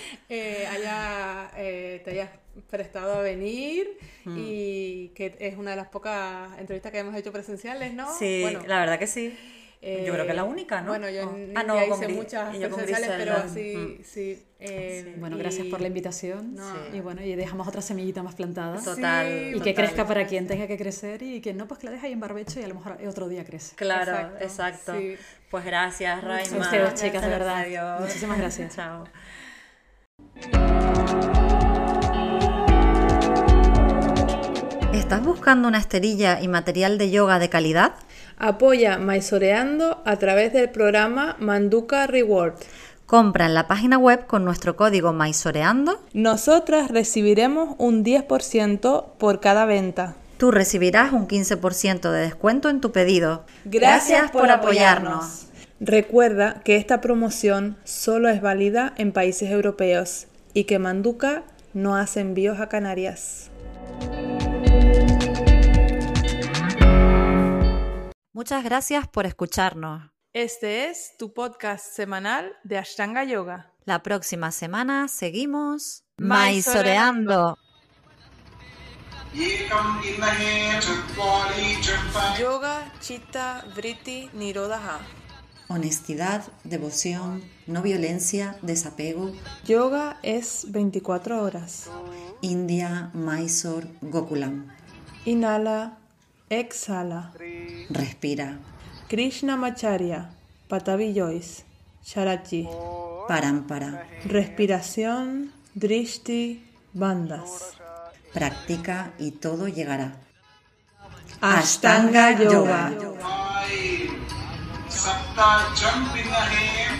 te hayas prestado a venir y que es una de las pocas entrevistas que hemos hecho presenciales, ¿no?
Sí,
Bueno,
la verdad que sí. Yo creo que es la única, ¿no?
Bueno, yo
Oh.
en
Ah, no,
ya
con
hice
Gris-
muchas
y yo con
presenciales, pero
Griselda.
así, sí.
Bueno, gracias por la invitación.
No.
Sí.
Y bueno, y dejamos otra semillita más plantada.
Total.
Sí,
Y
total.
que crezca para quien tenga que crecer y que no, pues que la deje ahí en barbecho y a lo mejor otro día crece.
Claro,
Exacto,
exacto.
sí.
Pues gracias, Raima.
A ustedes, chicas, de verdad.
Adiós.
Muchísimas gracias.
Chao. ¿Estás buscando una esterilla y material de yoga de calidad?
Apoya Maisoreando a través del programa Manduka Reward.
Compra en la página web con nuestro código Maisoreando.
Nosotras recibiremos un 10% por cada venta.
Tú recibirás un 15% de descuento en tu pedido.
Gracias por apoyarnos. Recuerda que esta promoción solo es válida en países europeos y que Manduka no hace envíos a Canarias.
Muchas gracias por escucharnos.
Este es tu podcast semanal de Ashtanga Yoga.
La próxima semana seguimos
Maisoreando.
Maisoreando.
Yoga, Chitta, Vritti, Nirodha.
Honestidad, devoción, no violencia, desapego.
Yoga es 24 horas.
India, Mysore, Gokulam.
Inhala, exhala.
Respira.
Krishna Macharya, Patavi Joyce, Sharaji.
Parampara.
Respiración, Drishti, Bandas.
Practica y todo llegará.
Ashtanga Yoga.
Sapta jump in the air.